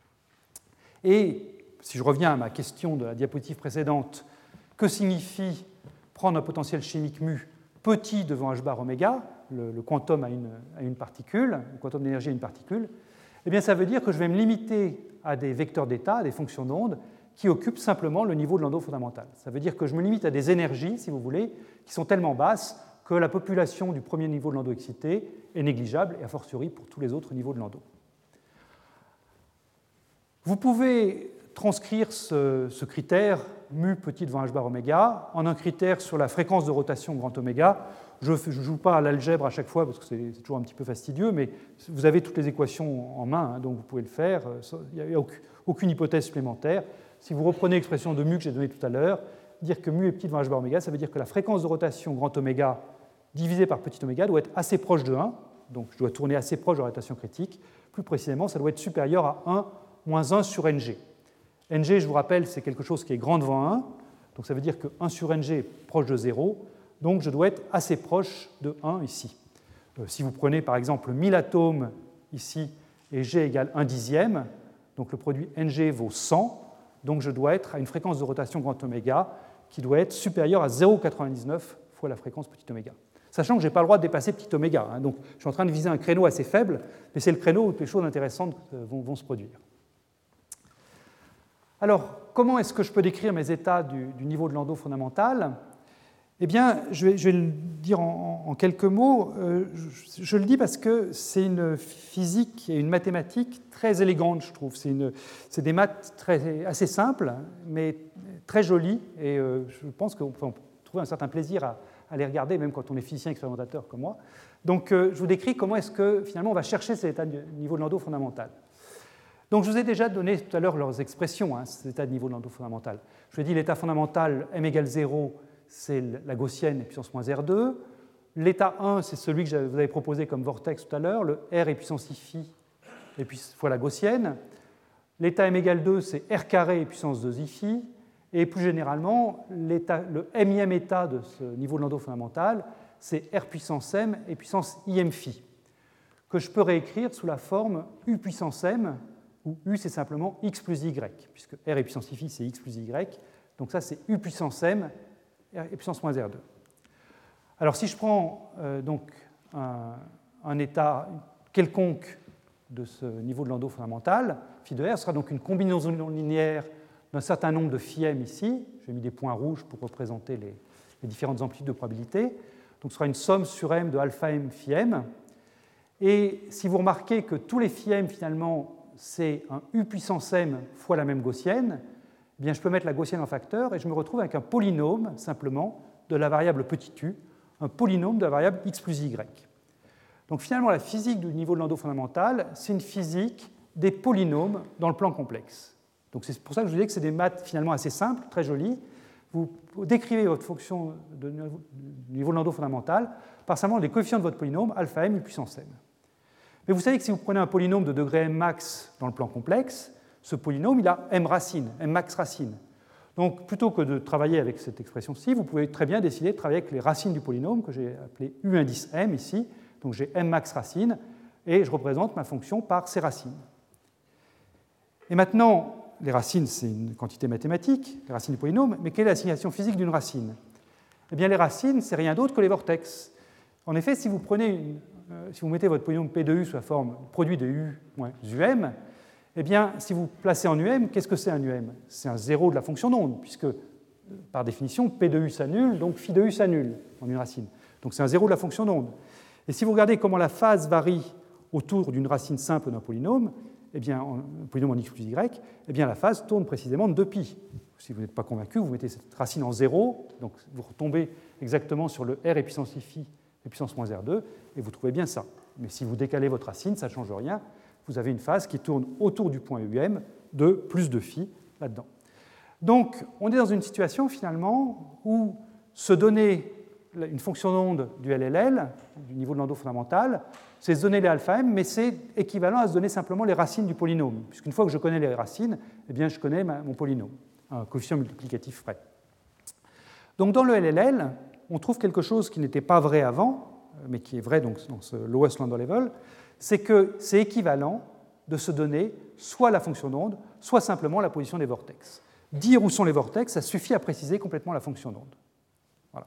Et si je reviens à ma question de la diapositive précédente, que signifie prendre un potentiel chimique mu petit devant h bar oméga, le quantum à une particule, le quantum d'énergie à une particule? Eh bien, ça veut dire que je vais me limiter à des vecteurs d'état, à des fonctions d'onde, qui occupent simplement le niveau de Landau fondamental. Ça veut dire que je me limite à des énergies, si vous voulez, qui sont tellement basses que la population du premier niveau de Landau excité est négligeable, et a fortiori pour tous les autres niveaux de Landau. Vous pouvez transcrire ce critère mu petit devant h bar oméga en un critère sur la fréquence de rotation grand oméga. Je ne joue pas à l'algèbre à chaque fois parce que c'est toujours un petit peu fastidieux, mais vous avez toutes les équations en main, hein, donc vous pouvez le faire. Il n'y a aucune hypothèse supplémentaire. Si vous reprenez l'expression de mu que j'ai donnée tout à l'heure, dire que mu est petit devant h bar oméga, ça veut dire que la fréquence de rotation grand oméga divisée par petit oméga doit être assez proche de 1, donc je dois tourner assez proche de la rotation critique. Plus précisément, ça doit être supérieur à 1 moins 1 sur ng. Ng, je vous rappelle, c'est quelque chose qui est grand devant 1, donc ça veut dire que 1 sur ng est proche de 0, donc je dois être assez proche de 1 ici. Si vous prenez par exemple 1000 atomes ici et g égale 1 dixième, donc le produit ng vaut 100, donc je dois être à une fréquence de rotation grand oméga qui doit être supérieure à 0,99 fois la fréquence petit oméga. Sachant que je n'ai pas le droit de dépasser petit oméga, hein, donc je suis en train de viser un créneau assez faible, mais c'est le créneau où les choses intéressantes vont se produire. Alors, comment est-ce que je peux décrire mes états du niveau de Landau fondamental? Eh bien, je vais le dire en quelques mots. Je le dis parce que c'est une physique et une mathématique très élégante, je trouve. C'est des maths assez simples, mais très jolies, et je pense qu'on peut trouver un certain plaisir à les regarder, même quand on est physicien expérimentateur comme moi. Donc, je vous décris comment est-ce que, finalement, on va chercher ces états du niveau de Landau fondamental. Donc, je vous ai déjà donné tout à l'heure leurs expressions, hein, ces états de niveau de Landau fondamental. Je vous ai dit l'état fondamental m égale 0, c'est la gaussienne et puissance moins R2. L'état 1, c'est celui que je vous avais proposé comme vortex tout à l'heure, le R et puissance I et puis fois la gaussienne. L'état m égale 2, c'est R carré et puissance 2 I. Et plus généralement, le mième état de ce niveau de Landau fondamental, c'est R puissance m et puissance im phi, que je peux réécrire sous la forme U puissance m, où U c'est simplement x plus y, puisque R et puissance I c'est x plus y. Donc ça c'est U puissance m et puissance moins R2. Alors si je prends donc un état quelconque de ce niveau de Landau fondamental, phi de R sera donc une combinaison non linéaire d'un certain nombre de phi m ici. J'ai mis des points rouges pour représenter les différentes amplitudes de probabilité. Donc ce sera une somme sur m de alpha m phi m. Et si vous remarquez que tous les phi m finalement c'est un U puissance m fois la même gaussienne, eh bien, je peux mettre la gaussienne en facteur et je me retrouve avec un polynôme simplement de la variable petit u, un polynôme de la variable x plus y. Donc finalement, la physique du niveau de Landau fondamental, c'est une physique des polynômes dans le plan complexe. Donc c'est pour ça que je vous disais que c'est des maths finalement assez simples, très jolies. Vous décrivez votre fonction du niveau de Landau fondamental par simplement les coefficients de votre polynôme, alpha m, u puissance m. Mais vous savez que si vous prenez un polynôme de degré m max dans le plan complexe, ce polynôme, il a m racines, m max racines. Donc, plutôt que de travailler avec cette expression-ci, vous pouvez très bien décider de travailler avec les racines du polynôme, que j'ai appelé U indice m ici. Donc, j'ai m max racines, et je représente ma fonction par ces racines. Et maintenant, les racines, c'est une quantité mathématique, les racines du polynôme, mais quelle est l'assignation physique d'une racine? Eh bien, les racines, c'est rien d'autre que les vortex. En effet, si vous mettez votre polynôme P de U sous la forme produit de U moins UM, eh bien, si vous placez en UM, qu'est-ce que c'est un UM? C'est un zéro de la fonction d'onde, puisque, par définition, P de U s'annule, donc phi de U s'annule en une racine. Donc c'est un zéro de la fonction d'onde. Et si vous regardez comment la phase varie autour d'une racine simple d'un polynôme, eh bien, un polynôme en x plus y, eh bien, la phase tourne précisément de 2π. Si vous n'êtes pas convaincu, vous mettez cette racine en zéro, donc vous retombez exactement sur le r et puissance phi et puissance moins r2, et vous trouvez bien ça. Mais si vous décalez votre racine, ça ne change rien. Vous avez une phase qui tourne autour du point UM de plus de phi là-dedans. Donc, on est dans une situation finalement où se donner une fonction d'onde du LLL, du niveau de Landau fondamental, c'est se donner les alpha m, mais c'est équivalent à se donner simplement les racines du polynôme, puisqu'une fois que je connais les racines, eh bien, je connais mon polynôme, un coefficient multiplicatif frais. Donc, dans le LLL, on trouve quelque chose qui n'était pas vrai avant, mais qui est vrai donc, dans ce lowest Landau level, c'est que c'est équivalent de se donner soit la fonction d'onde, soit simplement la position des vortex. Dire où sont les vortex, ça suffit à préciser complètement la fonction d'onde. Voilà.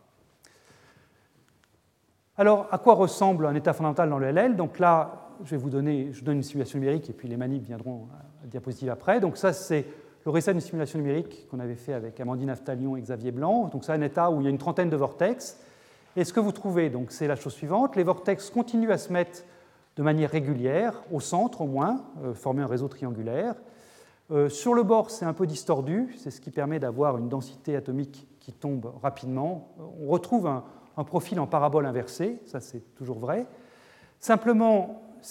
Alors, à quoi ressemble un état fondamental dans le LL? Donc là, je donne une simulation numérique et puis les manips viendront à la diapositive après. Donc ça, c'est le résultat d'une simulation numérique qu'on avait fait avec Amandine Aftalion et Xavier Blanc. Donc c'est un état où il y a une trentaine de vortex. Et ce que vous trouvez, donc, c'est la chose suivante. Les vortex continuent à se mettre de manière régulière, au centre au moins, former un réseau triangulaire. Sur le bord, c'est un peu distordu, c'est ce qui permet d'avoir une densité atomique qui tombe rapidement. On retrouve un profil en parabole inversée, ça c'est toujours vrai. Simplement, ce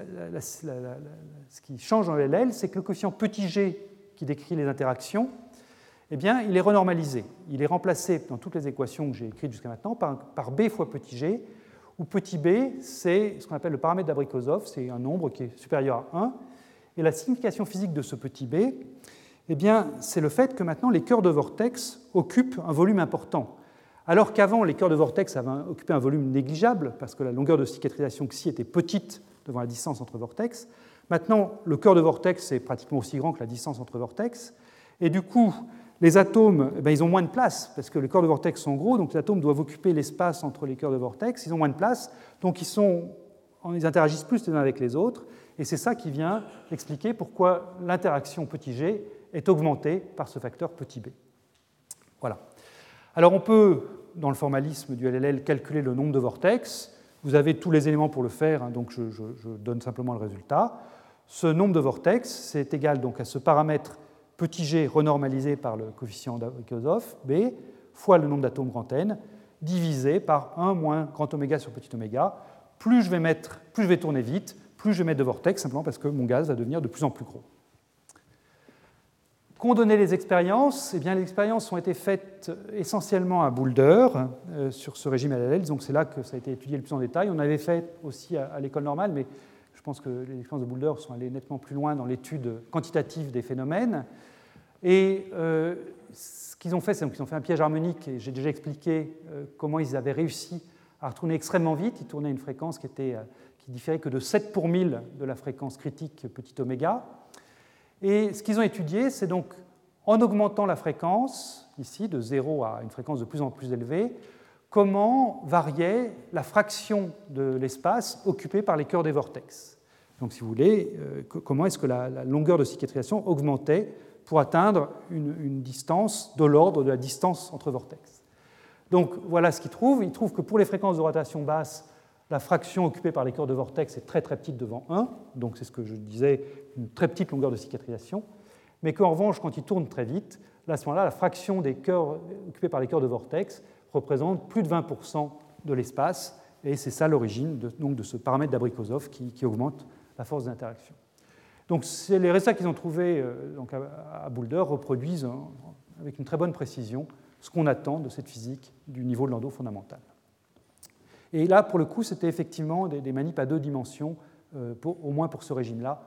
qui change dans le LL, c'est que le coefficient petit g qui décrit les interactions, eh bien, il est renormalisé. Il est remplacé dans toutes les équations que j'ai écrites jusqu'à maintenant par b fois petit g, où petit b, c'est ce qu'on appelle le paramètre d'Abrikosov, c'est un nombre qui est supérieur à 1. Et la signification physique de ce petit b, eh bien, c'est le fait que maintenant les cœurs de vortex occupent un volume important. Alors qu'avant, les cœurs de vortex avaient occupé un volume négligeable, parce que la longueur de cicatrisation xi était petite devant la distance entre vortex. Maintenant, le cœur de vortex est pratiquement aussi grand que la distance entre vortex. Et du coup, les atomes, ils ont moins de place, parce que les cœurs de vortex sont gros, donc les atomes doivent occuper l'espace entre les cœurs de vortex, ils ont moins de place, donc ils interagissent plus les uns avec les autres, et c'est ça qui vient expliquer pourquoi l'interaction petit g est augmentée par ce facteur petit b. Voilà. Alors on peut, dans le formalisme du LLL, calculer le nombre de vortex. Vous avez tous les éléments pour le faire, donc je donne simplement le résultat. Ce nombre de vortex, c'est égal donc à ce paramètre petit g renormalisé par le coefficient d'Abrikosov, B, fois le nombre d'atomes grand N, divisé par 1 moins grand oméga sur petit oméga. Plus je vais tourner vite, plus je vais mettre de vortex, simplement parce que mon gaz va devenir de plus en plus gros. Qu'ont donné les expériences? Eh bien, les expériences ont été faites essentiellement à Boulder, sur ce régime LLL, donc c'est là que ça a été étudié le plus en détail. On avait fait aussi à l'école normale, mais je pense que les expériences de Boulder sont allées nettement plus loin dans l'étude quantitative des phénomènes. Et ce qu'ils ont fait, c'est qu'ils ont fait un piège harmonique, et j'ai déjà expliqué comment ils avaient réussi à tourner extrêmement vite. Ils tournaient à une fréquence qui différait que de 7 pour 1000 de la fréquence critique petit oméga. Et ce qu'ils ont étudié, c'est donc en augmentant la fréquence, ici de 0 à une fréquence de plus en plus élevée, comment variait la fraction de l'espace occupée par les cœurs des vortex. Donc, si vous voulez, comment est-ce que la longueur de cicatrisation augmentait pour atteindre une distance de l'ordre de la distance entre vortex. Donc, voilà ce qu'ils trouvent. Ils trouvent que pour les fréquences de rotation basse, la fraction occupée par les cœurs de vortex est très très petite devant 1, donc c'est ce que je disais, une très petite longueur de cicatrisation, mais qu'en revanche, quand ils tournent très vite, là, à ce moment-là, la fraction des cœurs occupés par les cœurs de vortex représente plus de 20% de l'espace, et c'est ça l'origine de ce paramètre d'Abrikosov qui augmente la force d'interaction. Donc les résultats qu'ils ont trouvés à Boulder reproduisent avec une très bonne précision ce qu'on attend de cette physique du niveau de Landau fondamental. Et là, pour le coup, c'était effectivement des manips à 2 dimensions au moins pour ce régime-là,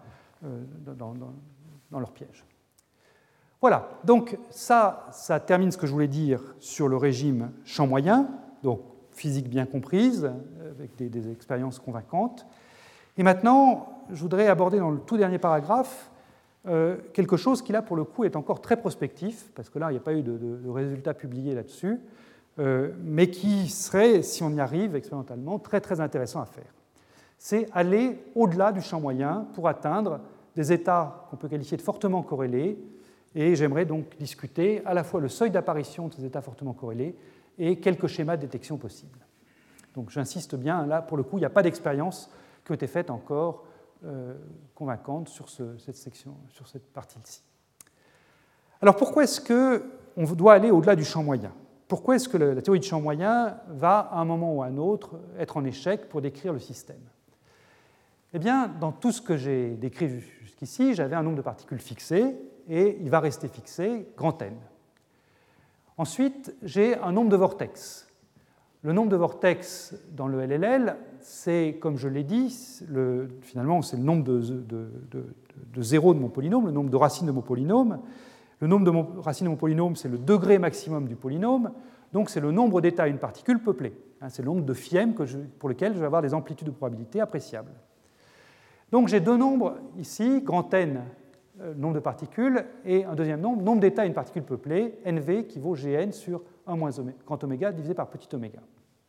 dans leur piège. Voilà, donc ça termine ce que je voulais dire sur le régime champ moyen, donc physique bien comprise, avec des expériences convaincantes. Et maintenant, je voudrais aborder dans le tout dernier paragraphe quelque chose qui, là, pour le coup, est encore très prospectif, parce que là, il n'y a pas eu de résultats publiés là-dessus, mais qui serait, si on y arrive expérimentalement, très, très intéressant à faire. C'est aller au-delà du champ moyen pour atteindre des états qu'on peut qualifier de fortement corrélés, et j'aimerais donc discuter à la fois le seuil d'apparition de ces états fortement corrélés et quelques schémas de détection possibles. Donc j'insiste bien, là, pour le coup, il n'y a pas d'expérience qui ont été faites encore convaincantes sur cette section, sur cette partie-ci. Alors pourquoi est-ce qu'on doit aller au-delà du champ moyen ? Pourquoi est-ce que la théorie du champ moyen va, à un moment ou à un autre, être en échec pour décrire le système ? Eh bien, dans tout ce que j'ai décrit jusqu'ici, j'avais un nombre de particules fixé, et il va rester fixé, grand N. Ensuite, j'ai un nombre de vortex. Le nombre de vortex dans le LLL, c'est, comme je l'ai dit, finalement, c'est le nombre de zéros de mon polynôme, le nombre de racines de mon polynôme. Le nombre de racines de mon polynôme, c'est le degré maximum du polynôme, donc c'est le nombre d'états à une particule peuplée. C'est le nombre de Fième pour lequel je vais avoir des amplitudes de probabilité appréciables. Donc j'ai deux nombres ici, grand N, nombre de particules, et un deuxième nombre, nombre d'états à une particule peuplée, NV, qui vaut Gn sur 1 moins grand oméga divisé par petit oméga.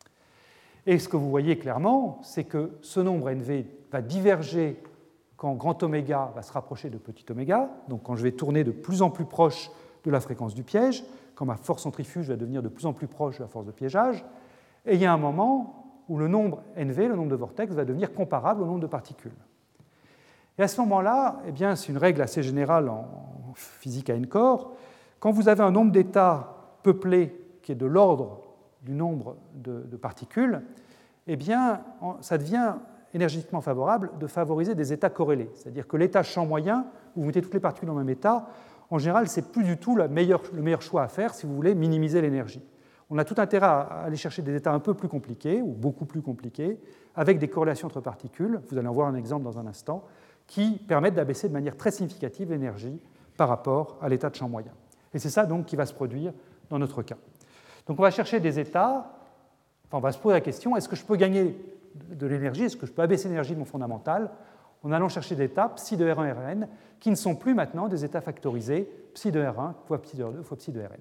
Et ce que vous voyez clairement, c'est que ce nombre NV va diverger quand grand oméga va se rapprocher de petit oméga, donc quand je vais tourner de plus en plus proche de la fréquence du piège, quand ma force centrifuge va devenir de plus en plus proche de la force de piégeage, et il y a un moment où le nombre NV, le nombre de vortex, va devenir comparable au nombre de particules. Et à ce moment-là, eh bien, c'est une règle assez générale en physique à n-corps, quand vous avez un nombre d'états peuplés qui est de l'ordre du nombre de particules, eh bien, ça devient énergétiquement favorable de favoriser des états corrélés. C'est-à-dire que l'état champ moyen, où vous mettez toutes les particules dans le même état, en général, ce n'est plus du tout le meilleur choix à faire si vous voulez minimiser l'énergie. On a tout intérêt à aller chercher des états un peu plus compliqués, ou beaucoup plus compliqués, avec des corrélations entre particules, vous allez en voir un exemple dans un instant, qui permettent d'abaisser de manière très significative l'énergie par rapport à l'état de champ moyen. Et c'est ça donc qui va se produire dans notre cas. Donc on va chercher des états, on va se poser la question, est-ce que je peux gagner de l'énergie, est-ce que je peux abaisser l'énergie de mon fondamental en allant chercher des états psi de R1 Rn qui ne sont plus maintenant des états factorisés psi de R1 fois psi de R2 fois psi de Rn.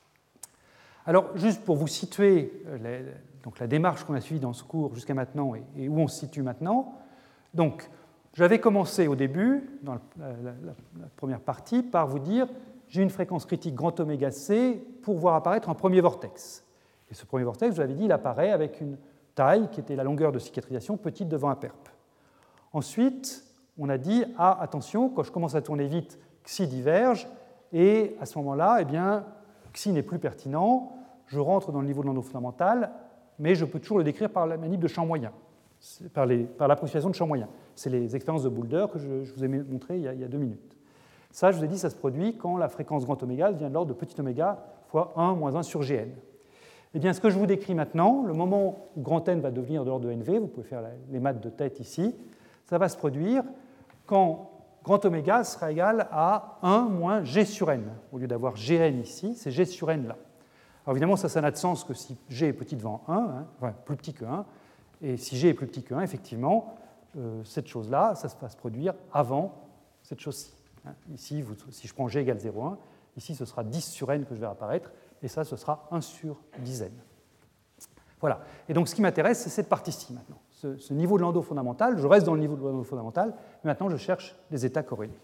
Alors juste pour vous situer donc la démarche qu'on a suivie dans ce cours jusqu'à maintenant et où on se situe maintenant, donc j'avais commencé au début, dans la première partie, par vous dire j'ai une fréquence critique grand oméga c pour voir apparaître un premier vortex. Et ce premier vortex, je vous l'avais dit, il apparaît avec une taille qui était la longueur de cicatrisation petite devant un perp. Ensuite, on a dit attention, quand je commence à tourner vite, xi diverge, et à ce moment-là, eh bien, xi n'est plus pertinent, je rentre dans le niveau de l'onde fondamentale, mais je peux toujours le décrire par la manip de champ moyen, par l'approximation de champ moyen. C'est les expériences de Boulder que je vous ai montrées il y a 2 minutes. Ça, je vous ai dit, ça se produit quand la fréquence grand oméga vient de l'ordre de petit oméga fois 1 moins 1 sur Gn. Eh bien, ce que je vous décris maintenant, le moment où grand N va devenir de l'ordre de NV, vous pouvez faire les maths de tête ici, ça va se produire quand grand oméga sera égal à 1 moins G sur N. Au lieu d'avoir Gn ici, c'est G sur N là. Alors évidemment, ça n'a de sens que si G est petit devant 1, enfin plus petit que 1, et si G est plus petit que 1, effectivement, cette chose-là, ça va se produire avant cette chose-ci. Ici, si je prends G égale 0,1, ici ce sera 10 sur N que je vais apparaître, et ça, ce sera 1 sur 10 N. Voilà. Et donc, ce qui m'intéresse, c'est cette partie-ci maintenant. Ce niveau de l'endo fondamental, je reste dans le niveau de l'endo fondamental, mais maintenant, je cherche des états corrélés.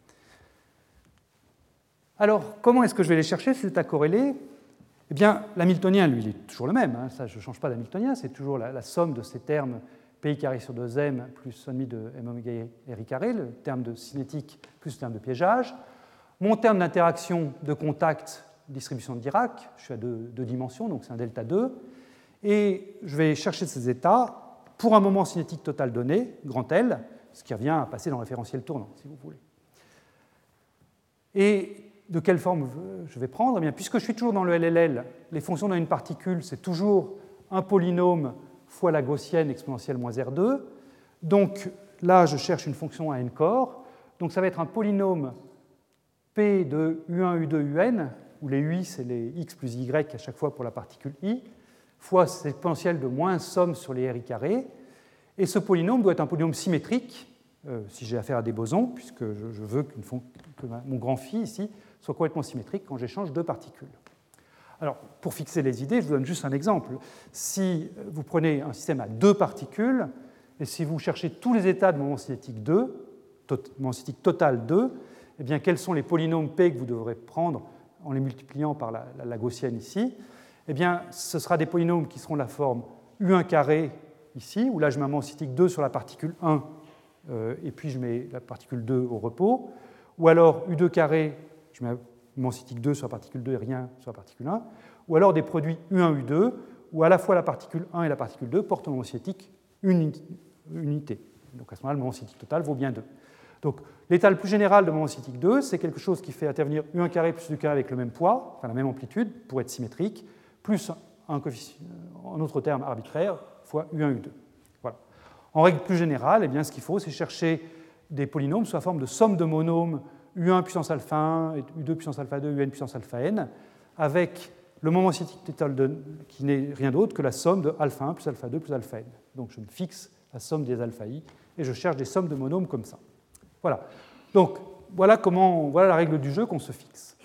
Alors, comment est-ce que je vais les chercher, ces états corrélés ? Eh bien, l'hamiltonien, lui, il est toujours le même. Ça, je ne change pas d'hamiltonien, c'est toujours la somme de ces termes pi carré sur 2m plus 1,5 de m oméga r carré, le terme de cinétique plus le terme de piégeage. Mon terme d'interaction de contact, distribution de Dirac, je suis à deux dimensions, donc c'est un delta 2. Et je vais chercher ces états pour un moment cinétique total donné, grand L, ce qui revient à passer dans le référentiel tournant, si vous voulez. Et de quelle forme je vais prendre ? Eh bien, puisque je suis toujours dans le LLL, les fonctions d'une particule, c'est toujours un polynôme fois la gaussienne exponentielle moins R2. Donc, là, je cherche une fonction à n corps. Donc ça va être un polynôme P de U1, U2, Un, où les UI, c'est les x plus y à chaque fois pour la particule i, fois cet exponentiel de moins somme sur les ri carrés. Et ce polynôme doit être un polynôme symétrique, si j'ai affaire à des bosons, puisque je veux que mon grand phi ici soit complètement symétrique quand j'échange deux particules. Alors, pour fixer les idées, je vous donne juste un exemple. Si vous prenez un système à deux particules, et si vous cherchez tous les états de moment cinétique 2, moment cinétique total 2, eh bien, quels sont les polynômes P que vous devrez prendre en les multipliant par la gaussienne ici? Eh bien, ce sera des polynômes qui seront de la forme U1 carré ici, où là je mets un moment cinétique 2 sur la particule 1, et puis je mets la particule 2 au repos, ou alors U2 carré, je mets un moment cinétique 2 sur la particule 2 et rien sur la particule 1, ou alors des produits U1, U2, où à la fois la particule 1 et la particule 2 portent un moment cinétique unité. Donc à ce moment-là, le moment cinétique total vaut bien 2. Donc l'état le plus général de moment cinétique 2, c'est quelque chose qui fait intervenir U1 carré plus U carré avec le même poids, enfin la même amplitude, pour être symétrique, plus un coefficient, en autre terme arbitraire, fois U1, U2. Voilà. En règle plus générale, eh bien, ce qu'il faut, c'est chercher des polynômes sous la forme de somme de monômes U1 puissance alpha 1, U2 puissance alpha 2, Un puissance alpha n, avec le moment cinétique total qui n'est rien d'autre que la somme de alpha 1 plus alpha 2 plus alpha n. Donc je me fixe la somme des alpha i et je cherche des sommes de monômes comme ça. Voilà. Donc voilà la règle du jeu qu'on se fixe.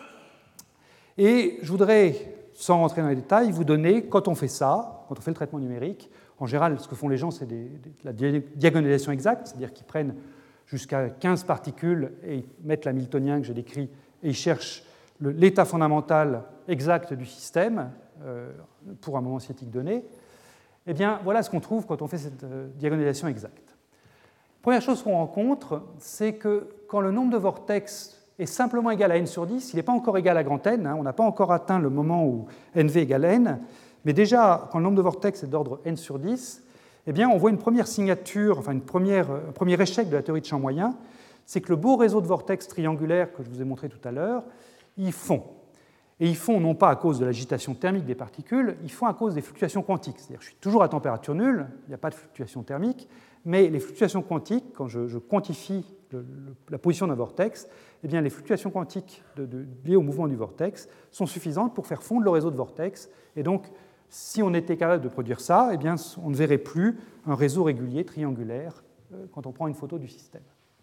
Et je voudrais, sans rentrer dans les détails, vous donner, quand on fait ça, quand on fait le traitement numérique, en général, ce que font les gens, c'est la diagonalisation exacte, c'est-à-dire qu'ils prennent jusqu'à 15 particules et ils mettent l'hamiltonien que j'ai décrit et ils cherchent l'état fondamental exact du système pour un moment cinétique donné. Eh bien, voilà ce qu'on trouve quand on fait cette diagonalisation exacte. Première chose qu'on rencontre, c'est que quand le nombre de vortex est simplement égal à n sur 10, il n'est pas encore égal à grand N, on n'a pas encore atteint le moment où NV égale N, mais déjà, quand le nombre de vortex est d'ordre n sur 10, eh bien, on voit une première signature, enfin un premier échec de la théorie de champ moyen, c'est que le beau réseau de vortex triangulaires que je vous ai montré tout à l'heure, ils font. Et ils font non pas à cause de l'agitation thermique des particules, ils font à cause des fluctuations quantiques. C'est-à-dire que je suis toujours à température nulle, il n'y a pas de fluctuation thermique, mais les fluctuations quantiques, quand je quantifie la position d'un vortex, eh bien, les fluctuations quantiques liées au mouvement du vortex sont suffisantes pour faire fondre le réseau de vortex. Et donc, si on était capable de produire ça, eh bien, on ne verrait plus un réseau régulier triangulaire quand on prend une photo du système.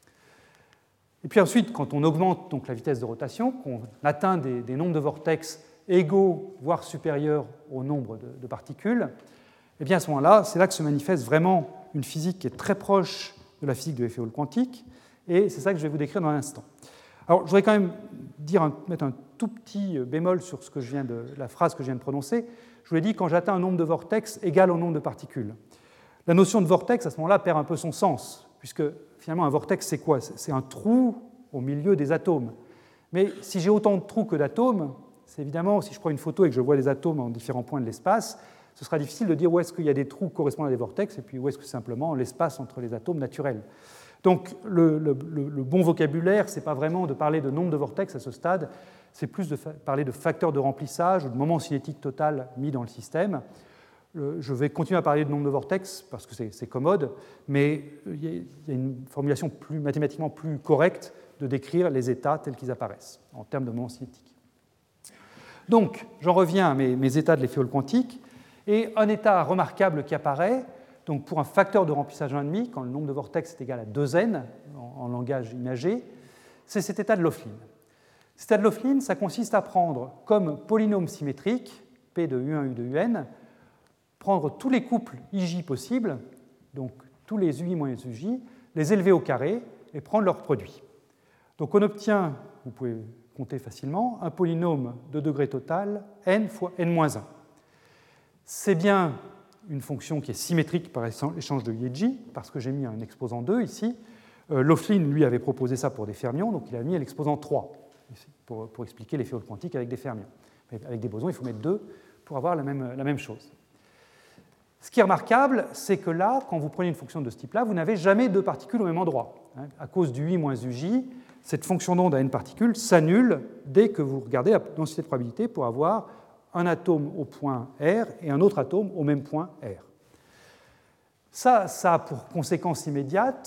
Et puis ensuite, quand on augmente donc la vitesse de rotation, qu'on atteint des nombres de vortex égaux, voire supérieurs au nombre de particules, eh bien à ce moment-là, c'est là que se manifeste vraiment une physique qui est très proche de la physique de l'effet Hall quantique, et c'est ça que je vais vous décrire dans un instant. Alors, je voudrais quand même mettre un tout petit bémol sur la phrase que je viens de prononcer. Je vous ai dit quand j'atteins un nombre de vortex égal au nombre de particules. La notion de vortex, à ce moment-là, perd un peu son sens, puisque finalement, un vortex, c'est quoi? C'est un trou au milieu des atomes. Mais si j'ai autant de trous que d'atomes, c'est évidemment, si je prends une photo et que je vois des atomes en différents points de l'espace, ce sera difficile de dire où est-ce qu'il y a des trous correspondant à des vortex et puis où est-ce que c'est simplement l'espace entre les atomes naturels. Donc le bon vocabulaire, ce n'est pas vraiment de parler de nombre de vortex à ce stade, c'est plus de parler de facteur de remplissage ou de moment cinétique total mis dans le système. Je vais continuer à parler de nombre de vortex parce que c'est commode, mais il y a une formulation mathématiquement plus correcte de décrire les états tels qu'ils apparaissent en termes de moment cinétique. Donc, j'en reviens à mes états de l'effet Hall quantique, et un état remarquable qui apparaît, donc pour un facteur de remplissage 1,5, quand le nombre de vortex est égal à 2n en langage imagé, c'est cet état de Laughlin. Cet état de Laughlin, ça consiste à prendre comme polynôme symétrique, P de U1, U de Un, prendre tous les couples IJ possibles, donc tous les UI moins les UJ, les élever au carré et prendre leur produit. Donc on obtient, vous pouvez compter facilement, un polynôme de degré total n fois n-1. C'est bien une fonction qui est symétrique par échange de I et J, parce que j'ai mis un exposant 2 ici. Laughlin, lui, avait proposé ça pour des fermions, donc il a mis l'exposant 3 pour expliquer l'effet Hall quantique avec des fermions. Mais avec des bosons, il faut mettre 2 pour avoir la même chose. Ce qui est remarquable, c'est que là, quand vous prenez une fonction de ce type-là, vous n'avez jamais deux particules au même endroit. À cause du I moins UJ, cette fonction d'onde à n particules s'annule dès que vous regardez la densité de probabilité pour avoir un atome au point R et un autre atome au même point R. Ça a pour conséquence immédiate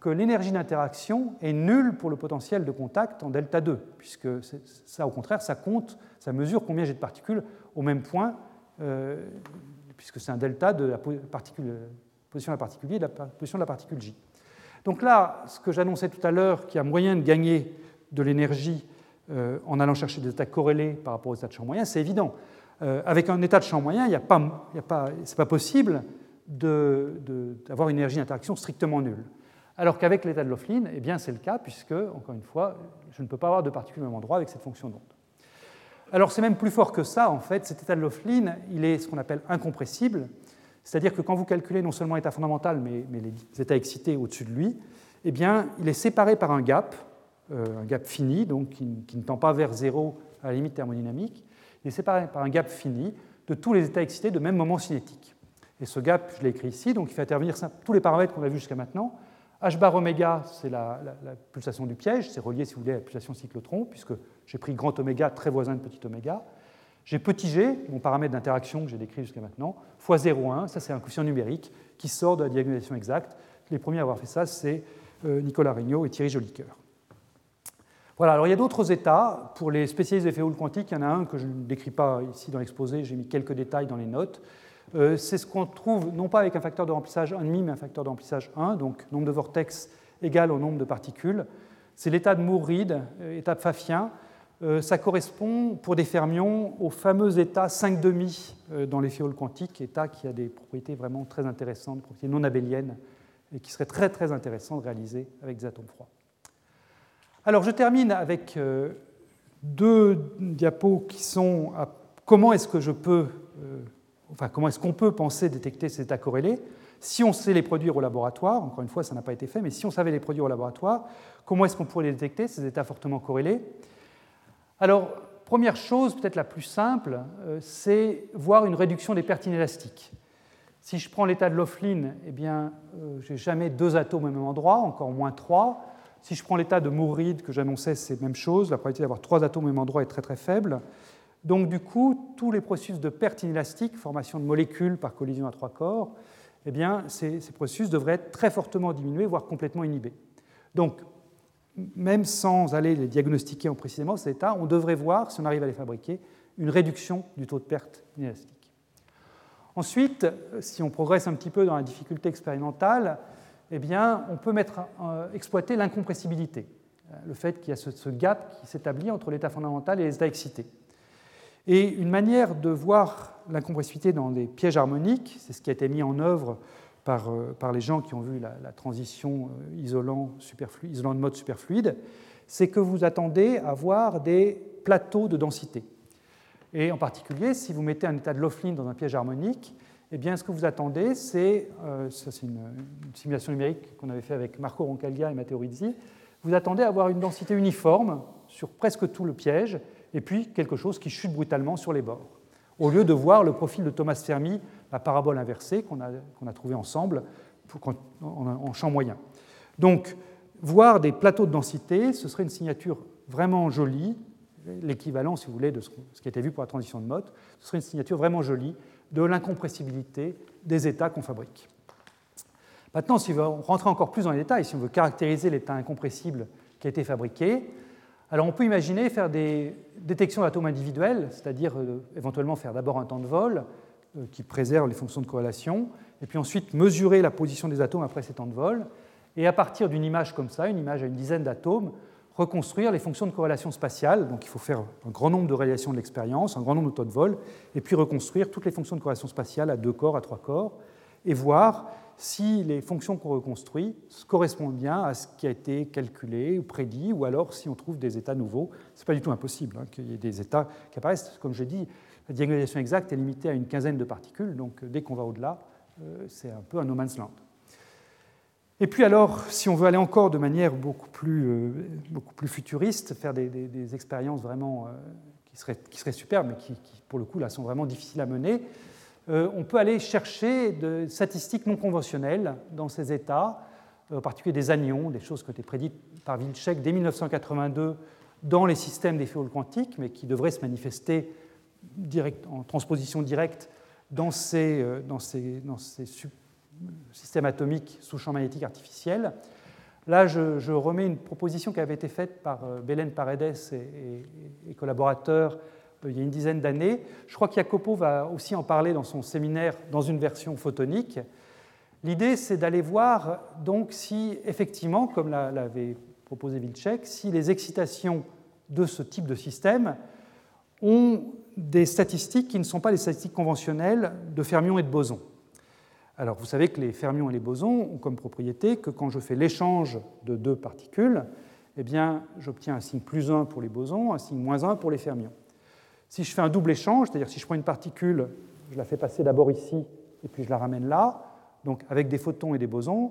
que l'énergie d'interaction est nulle pour le potentiel de contact en delta 2, puisque ça, au contraire, ça compte, ça mesure combien j'ai de particules au même point, puisque c'est un delta de la position de la particule I et de la position de la particule J. Donc là, ce que j'annonçais tout à l'heure, qu'il y a moyen de gagner de l'énergie en allant chercher des états corrélés par rapport aux états de champ moyen, c'est évident. Avec un état de champ moyen, ce n'est pas possible d'avoir une énergie d'interaction strictement nulle. Alors qu'avec l'état de Laughlin, eh bien, c'est le cas, puisque, encore une fois, je ne peux pas avoir de particules au même endroit avec cette fonction d'onde. Alors c'est même plus fort que ça, en fait, cet état de Laughlin, il est ce qu'on appelle incompressible, c'est-à-dire que quand vous calculez non seulement l'état fondamental, mais les états excités au-dessus de lui, eh bien, il est séparé par un gap fini, donc qui ne tend pas vers zéro à la limite thermodynamique. Il est séparé par un gap fini de tous les états excités de même moment cinétique. Et ce gap, je l'ai écrit ici, donc il fait intervenir tous les paramètres qu'on a vus jusqu'à maintenant. H bar oméga, c'est la pulsation du piège, c'est relié, si vous voulez, à la pulsation cyclotron, puisque j'ai pris grand oméga très voisin de petit oméga. J'ai petit g, mon paramètre d'interaction que j'ai décrit jusqu'à maintenant, fois 0,1, ça c'est un coefficient numérique qui sort de la diagonalisation exacte. Les premiers à avoir fait ça, c'est Nicolas Regnault et Thierry Jolicoeur. Voilà, alors il y a d'autres états. Pour les spécialistes des férules quantiques, il y en a un que je ne décris pas ici dans l'exposé, j'ai mis quelques détails dans les notes. C'est ce qu'on trouve, non pas avec un facteur de remplissage 1,5, mais un facteur de remplissage 1, donc nombre de vortex égal au nombre de particules. C'est l'état de Moore-Reid, état pfaffien. Ça correspond, pour des fermions, au fameux état 5,5 dans les férules quantiques, état qui a des propriétés vraiment très intéressantes, des propriétés non abéliennes, et qui serait très, très intéressant de réaliser avec des atomes froids. Alors, je termine avec deux diapos qui sont comment est-ce qu'on peut penser détecter ces états corrélés. Si on sait les produire au laboratoire, encore une fois, ça n'a pas été fait, mais si on savait les produire au laboratoire, comment est-ce qu'on pourrait les détecter, ces états fortement corrélés? Alors, première chose, peut-être la plus simple, c'est voir une réduction des pertes inélastiques. Si je prends l'état de Laughlin, eh bien, je n'ai jamais deux atomes au même endroit, encore moins trois. Si je prends l'état de Moore-Reid que j'annonçais, c'est la même chose. La probabilité d'avoir trois atomes au même endroit est très très faible. Donc du coup, tous les processus de perte inélastique, formation de molécules par collision à trois corps, eh bien, ces processus devraient être très fortement diminués, voire complètement inhibés. Donc, même sans aller les diagnostiquer en précisément, ces états, on devrait voir, si on arrive à les fabriquer, une réduction du taux de perte inélastique. Ensuite, si on progresse un petit peu dans la difficulté expérimentale, eh bien, on peut exploiter l'incompressibilité, le fait qu'il y a ce gap qui s'établit entre l'état fondamental et les états excités. Et une manière de voir l'incompressibilité dans des pièges harmoniques, c'est ce qui a été mis en œuvre par les gens qui ont vu la transition isolant de mode superfluide, c'est que vous attendez à voir des plateaux de densité. Et en particulier, si vous mettez un état de Laughlin dans un piège harmonique, eh bien, ce que vous attendez, c'est une simulation numérique qu'on avait fait avec Marco Roncaglia et Matteo Rizzi, vous attendez à avoir une densité uniforme sur presque tout le piège, et puis quelque chose qui chute brutalement sur les bords, au lieu de voir le profil de Thomas Fermi, la parabole inversée qu'on a trouvé ensemble en champ moyen. Donc, voir des plateaux de densité, ce serait une signature vraiment jolie, l'équivalent, si vous voulez, de ce qui a été vu pour la transition de Mott, ce serait une signature vraiment jolie de l'incompressibilité des états qu'on fabrique. Maintenant, si on veut rentrer encore plus dans les détails, si on veut caractériser l'état incompressible qui a été fabriqué, alors on peut imaginer faire des détections d'atomes individuels, c'est-à-dire éventuellement faire d'abord un temps de vol qui préserve les fonctions de corrélation, et puis ensuite mesurer la position des atomes après ces temps de vol, et à partir d'une image comme ça, une image à une dizaine d'atomes, reconstruire les fonctions de corrélation spatiale. Donc il faut faire un grand nombre de réalisations de l'expérience, un grand nombre de temps de vol, et puis reconstruire toutes les fonctions de corrélation spatiale à 2 corps, à 3 corps, et voir si les fonctions qu'on reconstruit correspondent bien à ce qui a été calculé ou prédit, ou alors si on trouve des états nouveaux. Ce n'est pas du tout impossible qu'il y ait des états qui apparaissent. Comme je dis, la diagonalisation exacte est limitée à une quinzaine de particules, donc dès qu'on va au-delà, c'est un peu un no man's land. Et puis alors, si on veut aller encore de manière beaucoup plus futuriste, faire des expériences vraiment qui seraient superbes, mais qui, pour le coup, là, sont vraiment difficiles à mener, on peut aller chercher des statistiques non conventionnelles dans ces états, en particulier des anions, des choses qui ont été prédites par Wilczek dès 1982 dans les systèmes des férules quantiques, mais qui devraient se manifester en transposition directe dans ces systèmes atomiques sous champ magnétique artificiel. Là, je remets une proposition qui avait été faite par Belén Paredes et collaborateurs il y a une dizaine d'années. Je crois que Jacopo va aussi en parler dans son séminaire dans une version photonique. L'idée, c'est d'aller voir donc si, effectivement, comme l'avait proposé Wilczek, si les excitations de ce type de système ont des statistiques qui ne sont pas les statistiques conventionnelles de fermions et de bosons. Alors, vous savez que les fermions et les bosons ont comme propriété que quand je fais l'échange de deux particules, eh bien, j'obtiens un signe +1 pour les bosons, un signe -1 pour les fermions. Si je fais un double échange, c'est-à-dire si je prends une particule, je la fais passer d'abord ici, et puis je la ramène là, donc avec des photons et des bosons,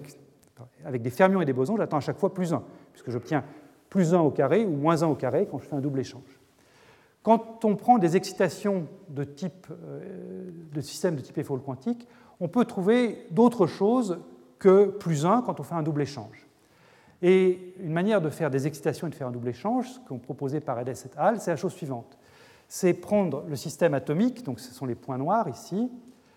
avec des fermions et des bosons, j'attends à chaque fois +1, puisque j'obtiens +1 au carré ou -1 au carré quand je fais un double échange. Quand on prend des excitations de systèmes de type Fourier quantique, on peut trouver d'autres choses que +1 quand on fait un double échange. Et une manière de faire des excitations et de faire un double échange, ce qu'ont proposé Paredes et al., c'est la chose suivante. C'est prendre le système atomique, donc ce sont les points noirs ici,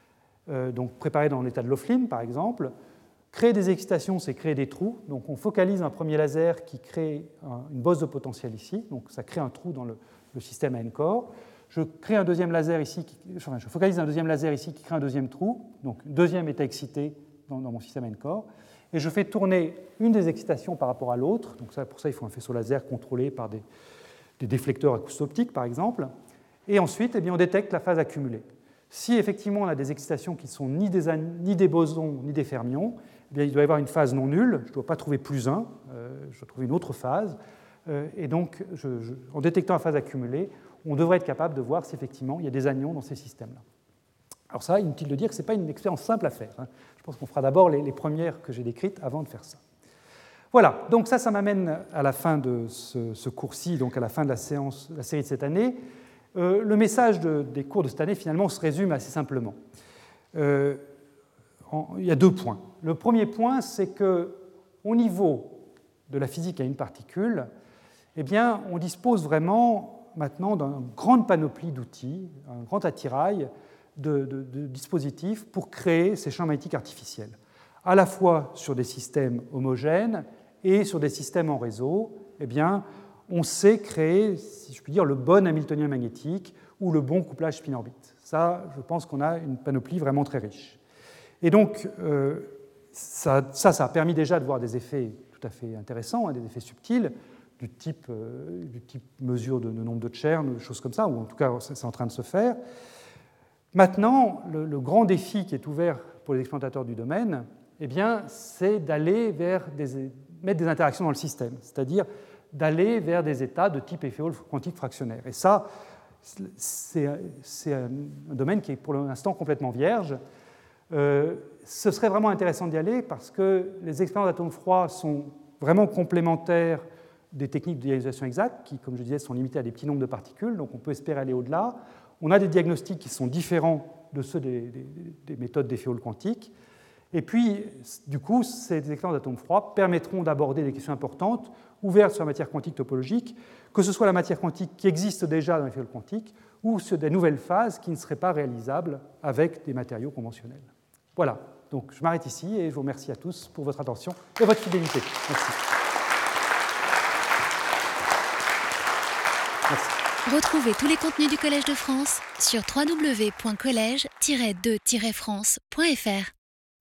donc préparés dans l'état de Laughlin par exemple. Créer des excitations, c'est créer des trous. Donc on focalise un premier laser qui crée une bosse de potentiel ici, donc ça crée un trou dans le système à n-corps. Je crée un deuxième laser ici, je focalise un deuxième laser ici qui crée un deuxième trou, donc deuxième état excité dans mon système à n-corps, et je fais tourner une des excitations par rapport à l'autre. Donc pour ça, il faut un faisceau laser contrôlé par des déflecteurs acousto-optiques, par exemple. Et ensuite, eh bien, on détecte la phase accumulée. Si effectivement on a des excitations qui ne sont ni des bosons ni des fermions, eh bien, il doit y avoir une phase non nulle. Je ne dois pas trouver +1, je dois trouver une autre phase. Et donc, en détectant la phase accumulée, on devrait être capable de voir si effectivement il y a des anions dans ces systèmes-là. Alors ça, inutile de dire que ce n'est pas une expérience simple à faire. Je pense qu'on fera d'abord les premières que j'ai décrites avant de faire ça. Voilà, donc ça m'amène à la fin de ce cours-ci, donc à la fin de la série de cette année. Le message des cours de cette année, finalement, se résume assez simplement. Il y a 2 points. Le premier point, c'est qu'au niveau de la physique à une particule, eh bien, on dispose vraiment maintenant d'une grande panoplie d'outils, un grand attirail de dispositifs pour créer ces champs magnétiques artificiels, à la fois sur des systèmes homogènes et sur des systèmes en réseau. Eh bien, on sait créer, si je puis dire, le bon Hamiltonien magnétique ou le bon couplage spin-orbite. Ça, je pense qu'on a une panoplie vraiment très riche. Et donc, ça a permis déjà de voir des effets tout à fait intéressants, des effets subtils, du type mesure de nombre de Chern, des choses comme ça, ou en tout cas, c'est en train de se faire. Maintenant, le grand défi qui est ouvert pour les expérimentateurs du domaine, eh bien, c'est d'aller mettre des interactions dans le système, c'est-à-dire d'aller vers des états de type Fourier quantique fractionnaire. Et ça, c'est un domaine qui est pour l'instant complètement vierge. Ce serait vraiment intéressant d'y aller parce que les expériences d'atomes froids sont vraiment complémentaires des techniques d'idéalisation exacte qui, comme je disais, sont limitées à des petits nombres de particules, donc on peut espérer aller au-delà. On a des diagnostics qui sont différents de ceux des méthodes des Fourier quantiques. Et puis, du coup, ces expériences d'atomes froids permettront d'aborder des questions importantes ouvertes sur la matière quantique topologique, que ce soit la matière quantique qui existe déjà dans les Fourier quantiques ou sur des nouvelles phases qui ne seraient pas réalisables avec des matériaux conventionnels. Voilà, donc je m'arrête ici et je vous remercie à tous pour votre attention et votre fidélité. Merci. Merci. Retrouvez tous les contenus du Collège de France sur www.collège-2-france.fr.